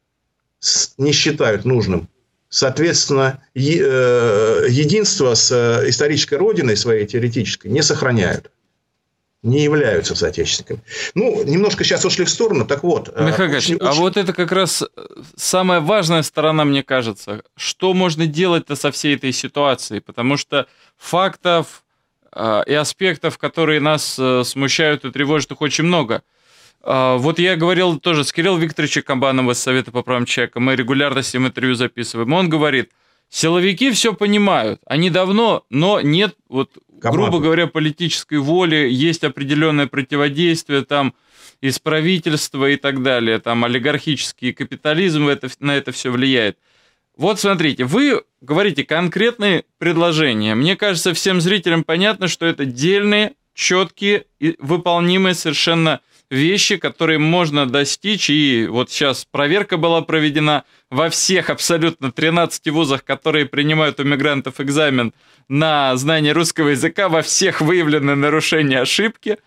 не считают нужным. Соответственно, единство с исторической родиной своей теоретической не сохраняют. Не являются соотечественниками. Ну, немножко сейчас ушли в сторону. Так вот. Михаил Ильич, а вот это как раз самая важная сторона, мне кажется. Что можно делать-то со всей этой ситуацией? Потому что фактов и аспектов, которые нас смущают и тревожат, их очень много. Вот я говорил тоже с Кириллом Викторовичем Кабановым из Совета по правам человека, мы регулярно с ним интервью записываем, он говорит, силовики все понимают, они давно, но нет, вот, грубо говоря, политической воли, есть определенное противодействие там из правительства и так далее, там олигархический капитализм на это все влияет. Вот смотрите, вы говорите конкретные предложения. Мне кажется, всем зрителям понятно, что это дельные, четкие и выполнимые совершенно вещи, которые можно достичь. И вот сейчас проверка была проведена во всех абсолютно 13 вузах, которые принимают у мигрантов экзамен на знание русского языка. Во всех выявлены нарушения, ошибки.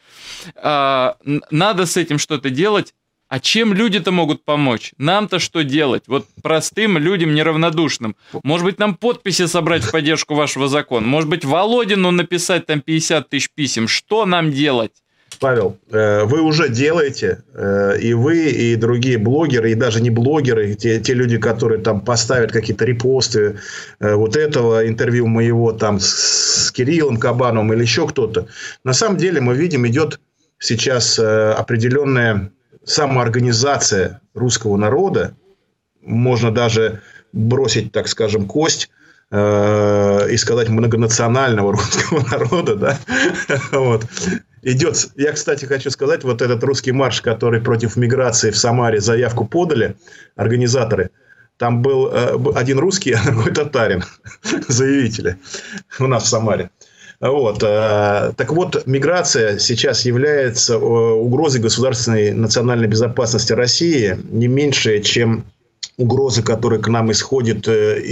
Надо с этим что-то делать. А чем люди-то могут помочь? Нам-то что делать? Вот простым людям неравнодушным. Может быть, нам подписи собрать в поддержку вашего закона? Может быть, Володину написать там 50 тысяч писем? Что нам делать? Павел, вы уже делаете, и вы, и другие блогеры, и даже не блогеры, те люди, которые там поставят какие-то репосты вот этого интервью моего там с Кириллом Кабановым или еще кто-то. На самом деле мы видим, идет сейчас определенная самоорганизация русского народа, можно даже бросить, так скажем, кость и сказать многонационального русского народа, да, вот. Идет, я, кстати, хочу сказать, вот этот русский марш, который против миграции в Самаре заявку подали организаторы, там был один русский, а другой татарин, заявители у нас в Самаре. Вот. Так вот, миграция сейчас является угрозой государственной национальной безопасности России не меньше, чем угрозы, которые к нам исходят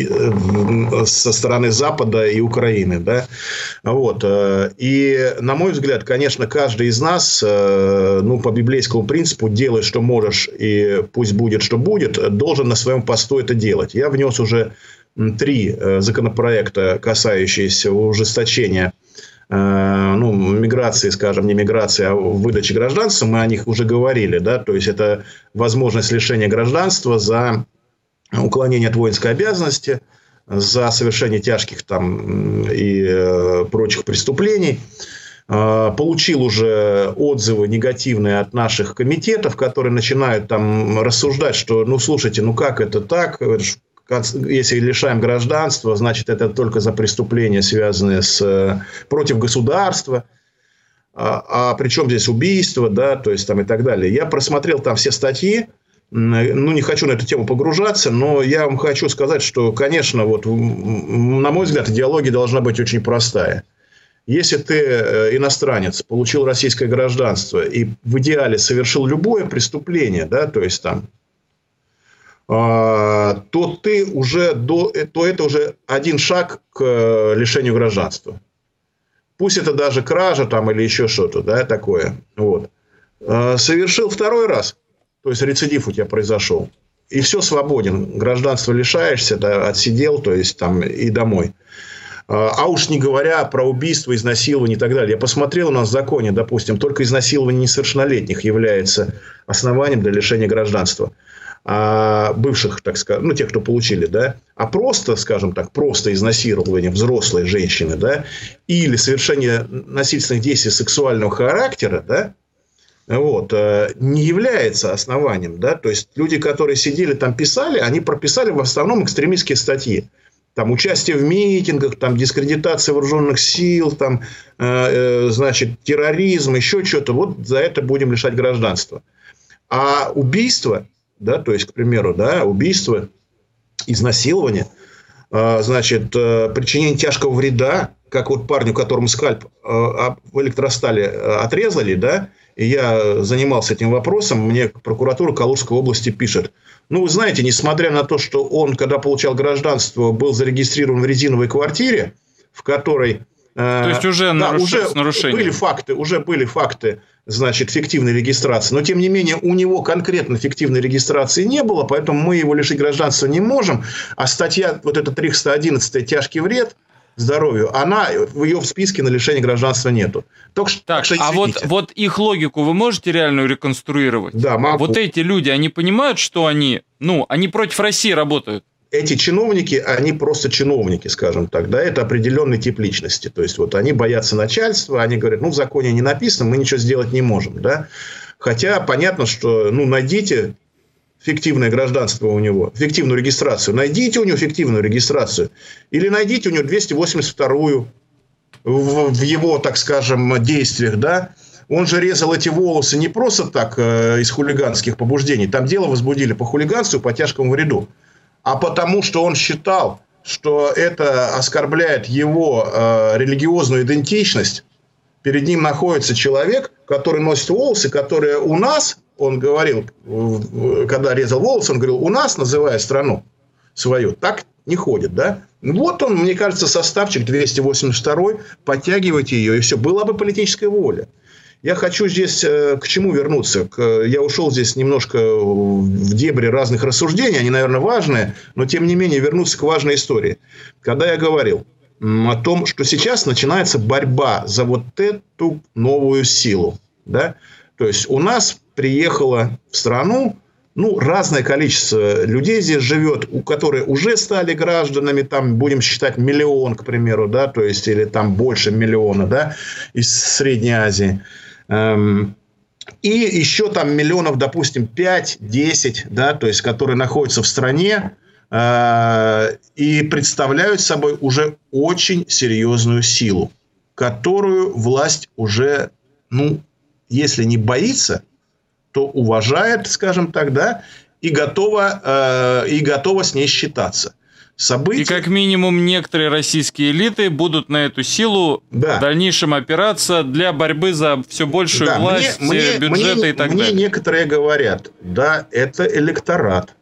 со стороны Запада и Украины. Да? Вот. И, на мой взгляд, конечно, каждый из нас, ну, по библейскому принципу, делай, что можешь, и пусть будет, что будет, должен на своем посту это делать. Я внес уже 3 законопроекта, касающиеся ужесточения миграции, скажем, не миграции, а выдачи гражданства, мы о них уже говорили, да, то есть это возможность лишения гражданства за уклонение от воинской обязанности, за совершение тяжких там и прочих преступлений. Получил уже отзывы негативные от наших комитетов, которые начинают там рассуждать, что, ну, слушайте, ну, как это так? Если лишаем гражданства, значит, это только за преступления, связанные против государства. А при чем здесь убийство, да, то есть там и так далее. Я просмотрел там все статьи. Ну, не хочу на эту тему погружаться, но я вам хочу сказать, что, конечно, вот, на мой взгляд, идеология должна быть очень простая. Если ты иностранец, получил российское гражданство и в идеале совершил любое преступление, да, то есть там, то ты уже то это уже один шаг к лишению гражданства. Пусть это даже кража там или еще что-то, да, такое. Вот. Совершил второй раз, то есть рецидив у тебя произошел, и все, свободен, гражданство лишаешься, да, отсидел, то есть там и домой. А уж не говоря про убийство, изнасилование и так далее. Я посмотрел у нас в законе, допустим, только изнасилование несовершеннолетних является основанием для лишения гражданства. Бывших, так сказать, ну, тех, кто получили, да, а просто, скажем так, просто изнасилование взрослой женщины, да, или совершение насильственных действий сексуального характера, да, вот, не является основанием, да, то есть люди, которые сидели там, писали, они прописали в основном экстремистские статьи. Там участие в митингах, там дискредитация вооруженных сил, там, значит, терроризм, еще что-то. Вот за это будем лишать гражданства. А убийство, да, то есть, к примеру, да, убийство, изнасилование, значит, причинение тяжкого вреда, как вот парню, которому скальп в электростале отрезали, да, и я занимался этим вопросом, мне прокуратура Калужской области пишет: ну, вы знаете, несмотря на то, что он, когда получал гражданство, был зарегистрирован в резиновой квартире, в которой... То есть, уже нарушения. Были факты, значит, фиктивной регистрации. Но, тем не менее, у него конкретно фиктивной регистрации не было, поэтому мы его лишить гражданства не можем. А статья, вот эта 311 «Тяжкий вред здоровью», ее в списке на лишение гражданства нету. Так, а вот их логику вы можете реально реконструировать? Да, могу. Вот эти люди, они понимают, что они против России работают? Эти чиновники, они просто чиновники, скажем так, да, это определенный тип личности. То есть, вот они боятся начальства, они говорят, ну, в законе не написано, мы ничего сделать не можем, да. Хотя понятно, что, ну, найдите фиктивное гражданство у него, фиктивную регистрацию, найдите у него фиктивную регистрацию, или найдите у него 282-ю в его, так скажем, действиях, да. Он же резал эти волосы не просто так из хулиганских побуждений, там дело возбудили по хулиганству, по тяжкому вреду, а потому что он считал, что это оскорбляет его религиозную идентичность. Перед ним находится человек, который носит волосы, которые у нас, он говорил, когда резал волосы, он говорил, у нас, называя страну свою, так не ходит, да? Вот он, мне кажется, составчик 282, подтягивать ее, и все. Была бы политическая воля. Я хочу здесь к чему вернуться. Я ушел здесь немножко в дебри разных рассуждений, они, наверное, важные, но, тем не менее, вернуться к важной истории. Когда я говорил о том, что сейчас начинается борьба за вот эту новую силу, да? То есть, у нас приехало в страну, ну, разное количество людей здесь живет, которые уже стали гражданами, там, будем считать, 1 миллион, к примеру, да, то есть, или там больше 1 миллиона, да, из Средней Азии. И еще там миллионов, допустим, 5-10, да, то есть, которые находятся в стране и представляют собой уже очень серьезную силу, которую власть уже, ну, если не боится, то уважает, скажем так, да, и готова с ней считаться. События... И как минимум некоторые российские элиты будут на эту силу в дальнейшем опираться для борьбы за все большую власть, бюджеты и так далее. Мне некоторые говорят, да, это электорат.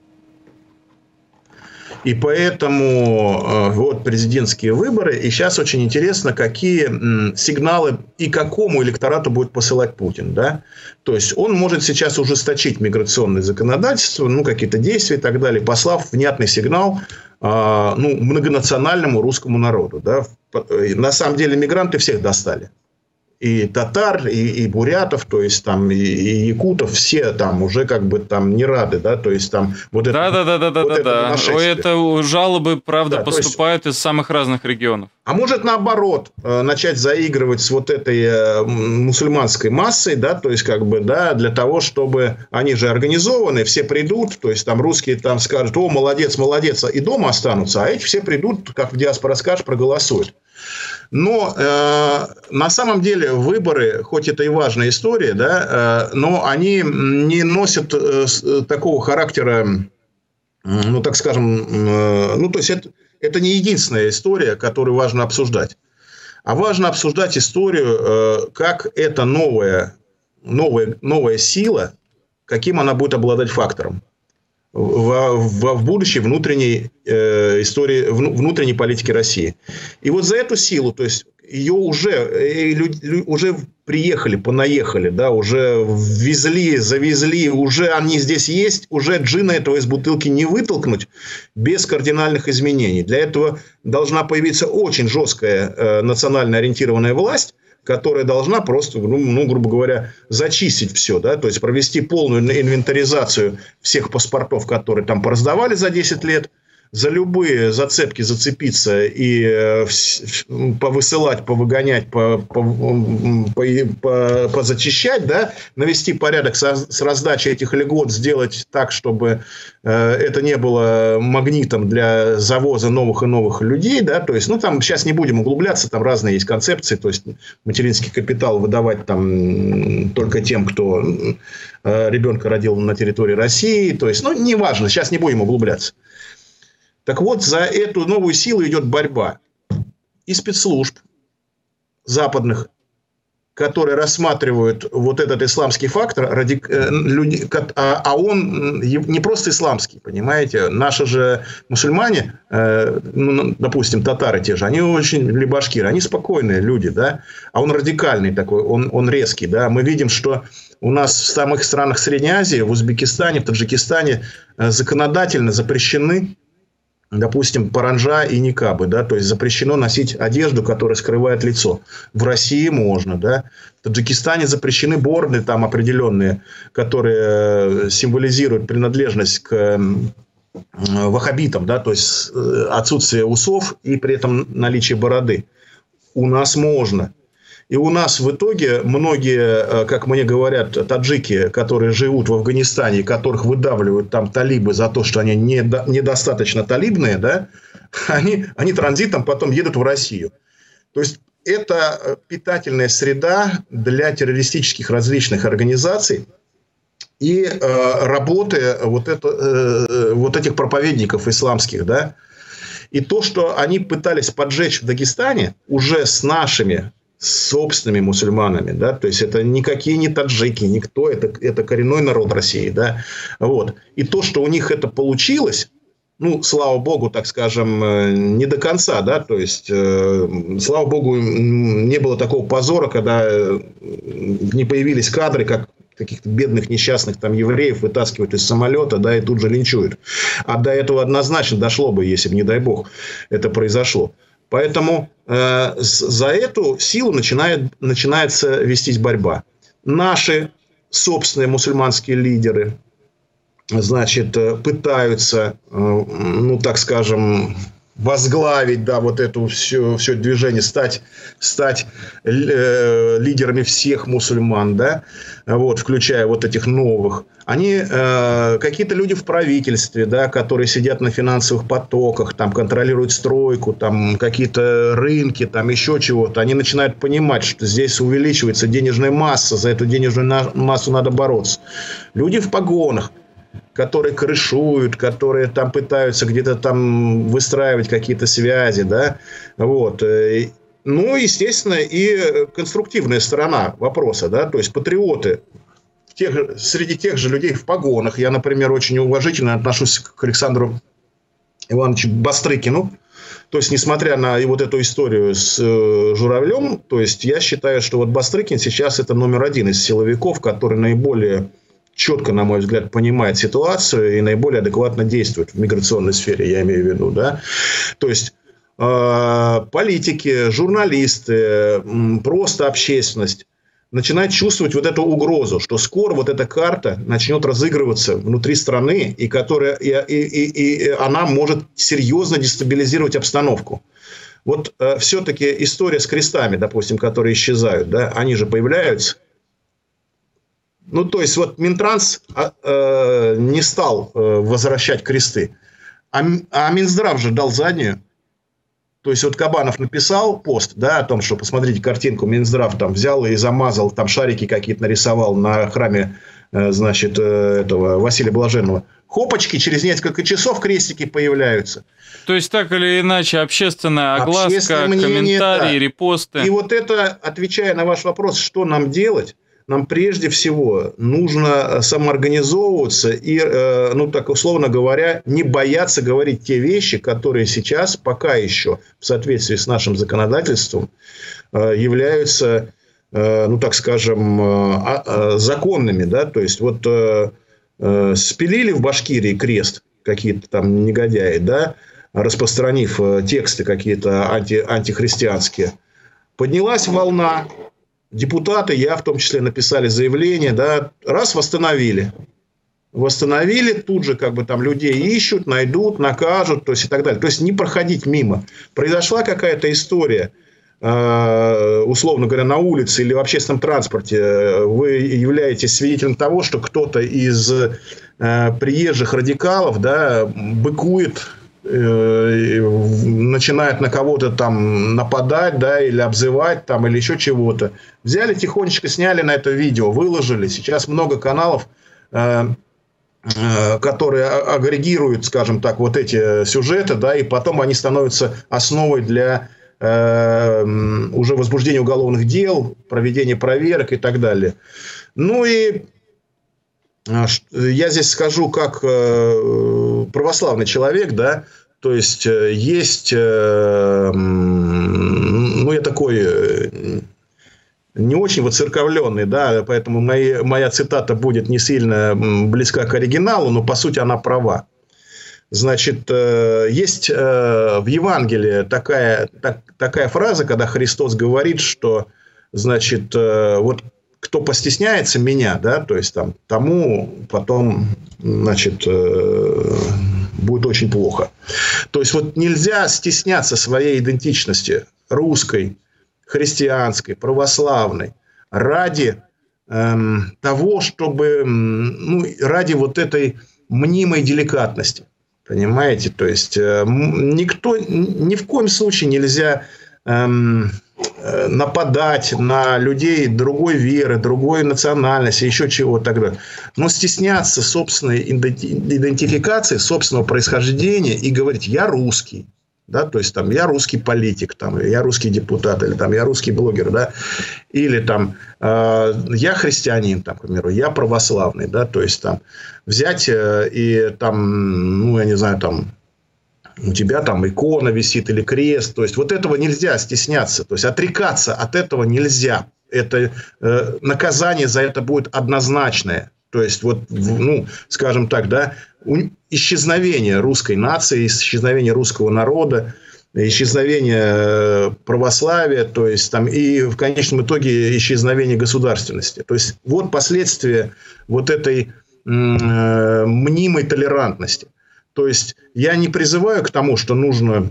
И поэтому вот президентские выборы. И сейчас очень интересно, какие сигналы и какому электорату будет посылать Путин. Да? То есть, он может сейчас ужесточить миграционное законодательство, ну, какие-то действия и так далее, послав внятный сигнал многонациональному русскому народу. Да? На самом деле, мигранты всех достали. и татар, и бурятов, то есть там и якутов, все там уже как бы там не рады, да, то есть там вот это нашествие. Это жалобы, правда, да, поступают из самых разных регионов. А может, наоборот, начать заигрывать с вот этой мусульманской массой, да, то есть, как бы, да, для того, чтобы они же организованы, все придут, то есть, там русские там скажут, о, молодец, молодец, и дома останутся, а эти все придут, как в диаспора скажешь, проголосуют. Но на самом деле выборы, хоть это и важная история, да, но они не носят такого характера, ну, так скажем, ну, то есть, это не единственная история, которую важно обсуждать. А важно обсуждать историю, как эта новая сила, каким она будет обладать фактором в будущей внутренней истории, внутренней политики России. И вот за эту силу, то есть ее уже приехали, понаехали, да, уже ввезли, завезли, уже они здесь есть, уже джина этого из бутылки не вытолкнуть без кардинальных изменений. Для этого должна появиться очень жесткая национально ориентированная власть, которая должна просто, ну, грубо говоря, зачистить все, да, то есть провести полную инвентаризацию всех паспортов, которые там пораздавали за 10 лет, за любые зацепки зацепиться и повысылать, повыгонять, позачищать, да, навести порядок с раздачей этих льгот, сделать так, чтобы это не было магнитом для завоза новых и новых людей, да, то есть, ну, там сейчас не будем углубляться, там разные есть концепции, то есть материнский капитал выдавать там только тем, кто ребенка родил на территории России, то есть, ну, неважно, сейчас не будем углубляться. Так вот, за эту новую силу идет борьба и спецслужб западных, которые рассматривают вот этот исламский фактор, а он не просто исламский, понимаете? Наши же мусульмане, ну, допустим, татары те же, они очень, или башкиры, они спокойные люди, да? А он радикальный такой, он резкий, да? Мы видим, что у нас в самых странах Средней Азии, в Узбекистане, в Таджикистане законодательно запрещены, допустим, паранджа и никабы, да, то есть запрещено носить одежду, которая скрывает лицо. В России можно, да. В Таджикистане запрещены борды там определенные, которые символизируют принадлежность к ваххабитам, да, то есть отсутствие усов и при этом наличие бороды. У нас можно. И у нас в итоге многие, как мне говорят, таджики, которые живут в Афганистане, которых выдавливают там талибы за то, что они недостаточно талибные, да, они транзитом потом едут в Россию. То есть это питательная среда для террористических различных организаций и работы вот этих проповедников исламских, да. И то, что они пытались поджечь в Дагестане уже с нашими собственными мусульманами, да, то есть это никакие не таджики, никто, это коренной народ России, да, вот. И то, что у них это получилось, ну, слава богу, так скажем, не до конца, да, то есть, слава богу, не было такого позора, когда не появились кадры, как каких-то бедных, несчастных там евреев вытаскивают из самолета, да, и тут же линчуют. А до этого однозначно дошло бы, если бы, не дай бог, это произошло. Поэтому за эту силу начинается вестись борьба. Наши собственные мусульманские лидеры, значит, пытаются, ну, так скажем, возглавить, да, вот это все движение, стать лидерами всех мусульман, да, вот, включая вот этих новых. Они какие-то люди в правительстве, да, которые сидят на финансовых потоках, там контролируют стройку, там какие-то рынки, там еще чего-то. Они начинают понимать, что здесь увеличивается денежная масса, за эту денежную массу надо бороться. Люди в погонах, которые крышуют, которые там пытаются где-то там выстраивать какие-то связи, да, вот. Ну, естественно, и конструктивная сторона вопроса, да, то есть патриоты среди тех же людей в погонах. Я, например, очень уважительно отношусь к Александру Ивановичу Бастрыкину. То есть, несмотря на вот эту историю с Журавлем, то есть, я считаю, что вот Бастрыкин сейчас это номер один из силовиков, который наиболее четко, на мой взгляд, понимает ситуацию и наиболее адекватно действует в миграционной сфере, я имею в виду, да. То есть, политики, журналисты, просто общественность начинает чувствовать вот эту угрозу, что скоро вот эта карта начнет разыгрываться внутри страны, и она может серьезно дестабилизировать обстановку. Вот все-таки история с крестами, допустим, которые исчезают, да, они же появляются. Ну, то есть, вот Минтранс не стал возвращать кресты, а Минздрав же дал заднюю. То есть, вот Кабанов написал пост, да, о том, что, посмотрите картинку, Минздрав там взял и замазал, там шарики какие-то нарисовал на храме, значит, этого Василия Блаженного. Хопочки, через несколько часов крестики появляются. То есть, так или иначе, общественная огласка, комментарии, да. Репосты. И вот это, отвечая на ваш вопрос, что нам делать, нам прежде всего нужно самоорганизовываться и, ну так условно говоря, не бояться говорить те вещи, которые сейчас пока еще в соответствии с нашим законодательством являются, ну так скажем, законными. Да? То есть, вот спилили в Башкирии крест какие-то там негодяи, да, распространив тексты какие-то антихристианские. Поднялась волна. Депутаты, я в том числе, написали заявление, да, раз восстановили. Восстановили, тут же как бы там людей ищут, найдут, накажут, то есть и так далее. То есть не проходить мимо. Произошла какая-то история, условно говоря, на улице или в общественном транспорте, вы являетесь свидетелем того, что кто-то из приезжих радикалов, да, быкует, начинает на кого-то там нападать, да, или обзывать там, или еще чего-то. Взяли тихонечко, сняли на это видео, выложили. Сейчас много каналов, которые агрегируют, скажем так, вот эти сюжеты, да, и потом они становятся основой для уже возбуждения уголовных дел, проведения проверок и так далее. Ну и я здесь скажу как православный человек, да, то есть есть, ну я такой не очень воцерковленный, да, поэтому моя цитата будет не сильно близка к оригиналу, но по сути она права. Значит, есть в Евангелии такая фраза, когда Христос говорит, что, значит, вот кто постесняется меня, да, то есть там, тому потом, значит, будет очень плохо. То есть вот нельзя стесняться своей идентичности русской, христианской, православной ради того, чтобы, ну, ради вот этой мнимой деликатности. Понимаете? То есть никто, ни в коем случае нельзя нападать на людей другой веры, другой национальности, еще чего-то так далее. Но стесняться собственной идентификации, собственного происхождения и говорить «я русский». Да, то есть, там, я русский политик, там, я русский депутат, или там, я русский блогер, да, или там, я христианин, там, к примеру, я православный, да, то есть, там, взять и там, ну, я не знаю, там, у тебя там икона висит или крест, то есть, вот этого нельзя стесняться, то есть, отрекаться от этого нельзя, это наказание за это будет однозначное. То есть, вот, ну, скажем так, да, исчезновение русской нации, исчезновение русского народа, исчезновение православия, то есть, там, и в конечном итоге исчезновение государственности. То есть, вот последствия вот этой мнимой толерантности. То есть, я не призываю к тому, что нужно,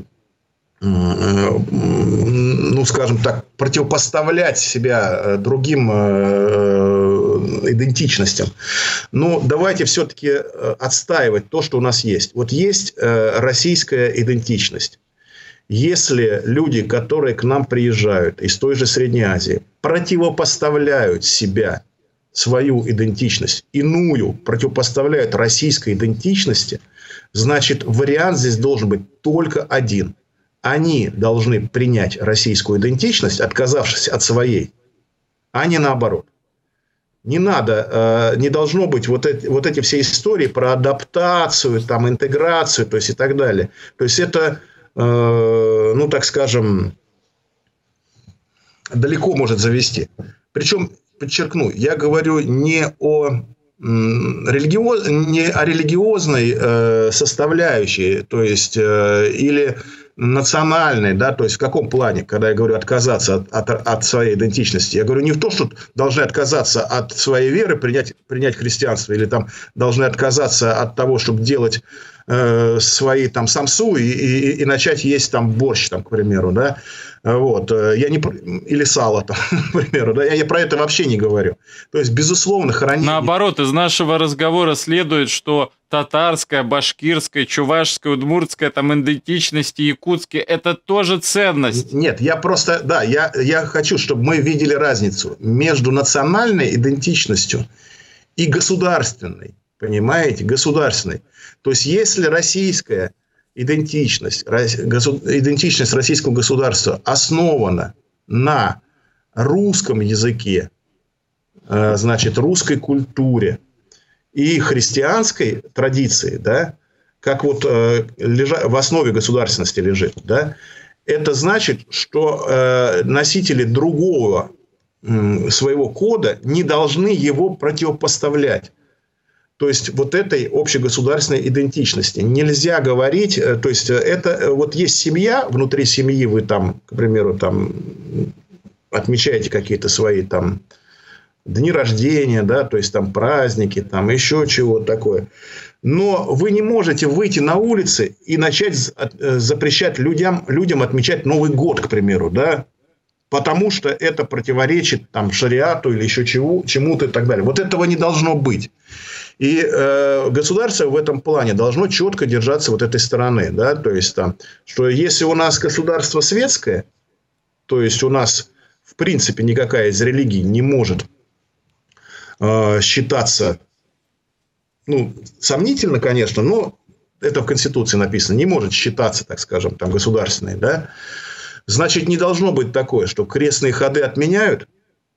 ну, скажем так, противопоставлять себя другим идентичностям. Но давайте все-таки отстаивать то, что у нас есть. Вот есть российская идентичность. Если люди, которые к нам приезжают из той же Средней Азии, противопоставляют себя, свою идентичность, иную, противопоставляют российской идентичности, значит, вариант здесь должен быть только один. Они должны принять российскую идентичность, отказавшись от своей, а не наоборот. Не надо, не должно быть вот эти все истории про адаптацию, там, интеграцию, то есть и так далее. То есть это, ну так скажем, далеко может завести. Причем, подчеркну, я говорю не о религиозной составляющей, то есть или национальной, да, то есть в каком плане, когда я говорю отказаться от своей идентичности, я говорю не в то, что должны отказаться от своей веры, принять христианство, или там должны отказаться от того, чтобы делать свои там самсу и начать есть там борщ, там, к примеру, да, вот, я не, или сало, там, к примеру, да, я про это вообще не говорю. То есть, безусловно, хранение... Наоборот, из нашего разговора следует, что татарская, башкирская, чувашская, удмуртская, там, идентичность, якутская – это тоже ценность. Нет, я просто, да, я хочу, чтобы мы видели разницу между национальной идентичностью и государственной, понимаете, государственной. То есть, если российская идентичность российского государства основана на русском языке, значит, русской культуре и христианской традиции, да, как вот в основе государственности лежит, да, это значит, что носители другого своего кода не должны его противопоставлять. То есть, вот этой общегосударственной идентичности. Нельзя говорить, то есть, это вот есть семья, внутри семьи вы там, к примеру, там отмечаете какие-то свои там дни рождения, да, то есть, там праздники, там еще чего-то такое. Но вы не можете выйти на улицы и начать запрещать людям отмечать Новый год, к примеру, да, потому что это противоречит там шариату или еще чему-то и так далее. Вот этого не должно быть. И государство в этом плане должно четко держаться вот этой стороны. Да? То есть, там, что если у нас государство светское, то есть, у нас в принципе никакая из религий не может считаться, ну, сомнительно, конечно, но это в Конституции написано, не может считаться, так скажем, там, государственной, да? Значит, не должно быть такое, что крестные ходы отменяют,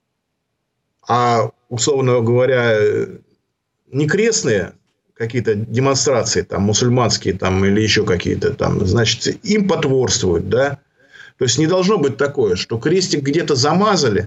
а, условно говоря, не крестные какие-то демонстрации, там, мусульманские там, или еще какие-то там, значит, им потворствуют, да. То есть, не должно быть такое, что крестик где-то замазали,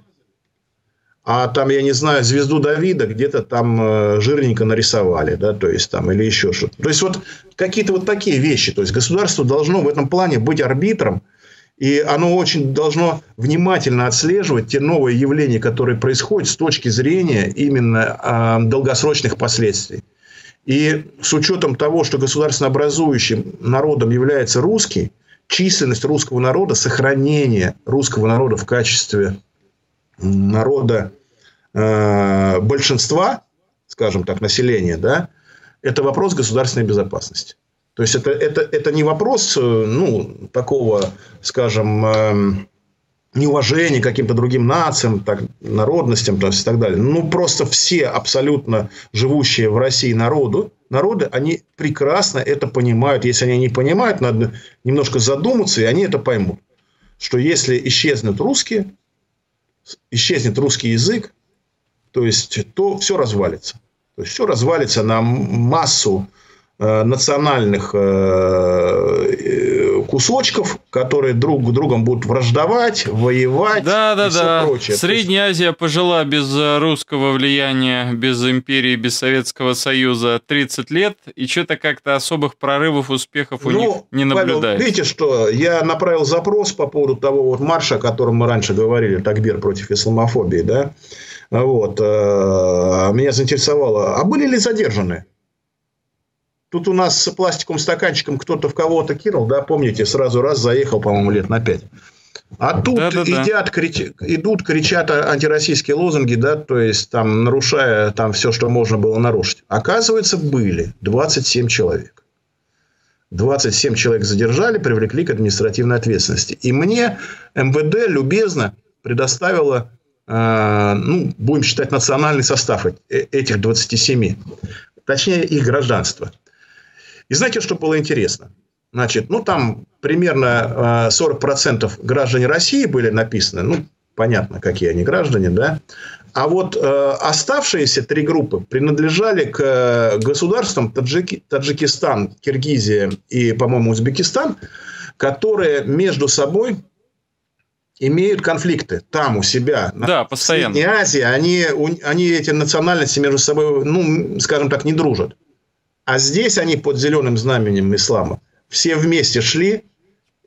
а там, я не знаю, звезду Давида где-то там жирненько нарисовали, да, то есть, там, или еще что-то. То есть, вот какие-то вот такие вещи. То есть, государство должно в этом плане быть арбитром, и оно очень должно внимательно отслеживать те новые явления, которые происходят с точки зрения именно долгосрочных последствий. И с учетом того, что государственнообразующим народом является русский, численность русского народа, сохранение русского народа в качестве народа большинства, скажем так, населения, да, это вопрос государственной безопасности. То есть, это не вопрос, ну, такого, скажем, неуважения к каким-то другим нациям, так, народностям, то есть, и так далее. Ну, просто все абсолютно живущие в России народы, они прекрасно это понимают. Если они не понимают, надо немножко задуматься, и они это поймут. Что если исчезнет русский язык, то есть, то все развалится. То есть, все развалится на массу национальных кусочков, которые друг с другом будут враждовать, воевать и все прочее. Средняя Азия пожила без русского влияния, без империи, без Советского Союза 30 лет, и что-то как-то особых прорывов, успехов у них не наблюдается. Павел, видите, что я направил запрос по поводу того вот марша, о котором мы раньше говорили, Такбир против исламофобии, да? Вот. Меня заинтересовало, а были ли задержаны? Тут у нас с пластиковым стаканчиком кто-то в кого-то кинул, да, помните, сразу раз заехал, по-моему, лет на 5. А тут идут, кричат антироссийские лозунги, да, то есть, там, нарушая там все, что можно было нарушить. Оказывается, были 27 человек. 27 человек задержали, привлекли к административной ответственности. И мне МВД любезно предоставило, ну, будем считать, национальный состав этих 27. Точнее, их гражданство. И знаете, что было интересно? Значит, ну, там примерно 40% граждане России были написаны. Ну, понятно, какие они граждане, да. А вот оставшиеся 3 группы принадлежали к государствам Таджикистан, Киргизия и, по-моему, Узбекистан, которые между собой имеют конфликты там у себя. Да, постоянно. В Средней Азии они эти национальности между собой, ну, скажем так, не дружат. А здесь они под зеленым знаменем ислама все вместе шли,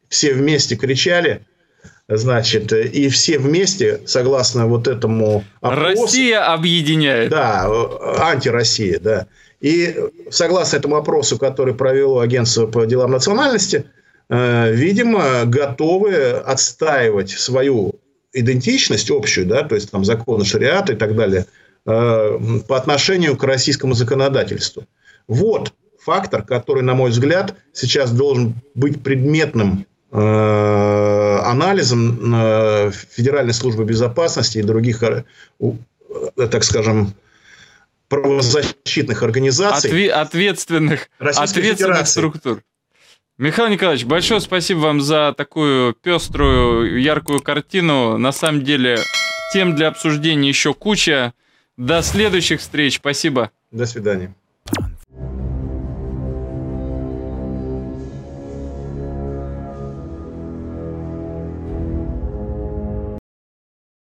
все вместе кричали, значит, и все вместе, согласно вот этому опросу... Россия объединяет. Да, антироссия, да. И согласно этому опросу, который провело агентство по делам национальности, видимо, готовы отстаивать свою идентичность общую, да, то есть там законы шариата и так далее, по отношению к российскому законодательству. Вот фактор, который, на мой взгляд, сейчас должен быть предметным анализом Федеральной службы безопасности и других, так скажем, правозащитных организаций. Ответственных структур. Михаил Николаевич, большое спасибо вам за такую пеструю, яркую картину. На самом деле, тем для обсуждения еще куча. До следующих встреч. Спасибо. До свидания.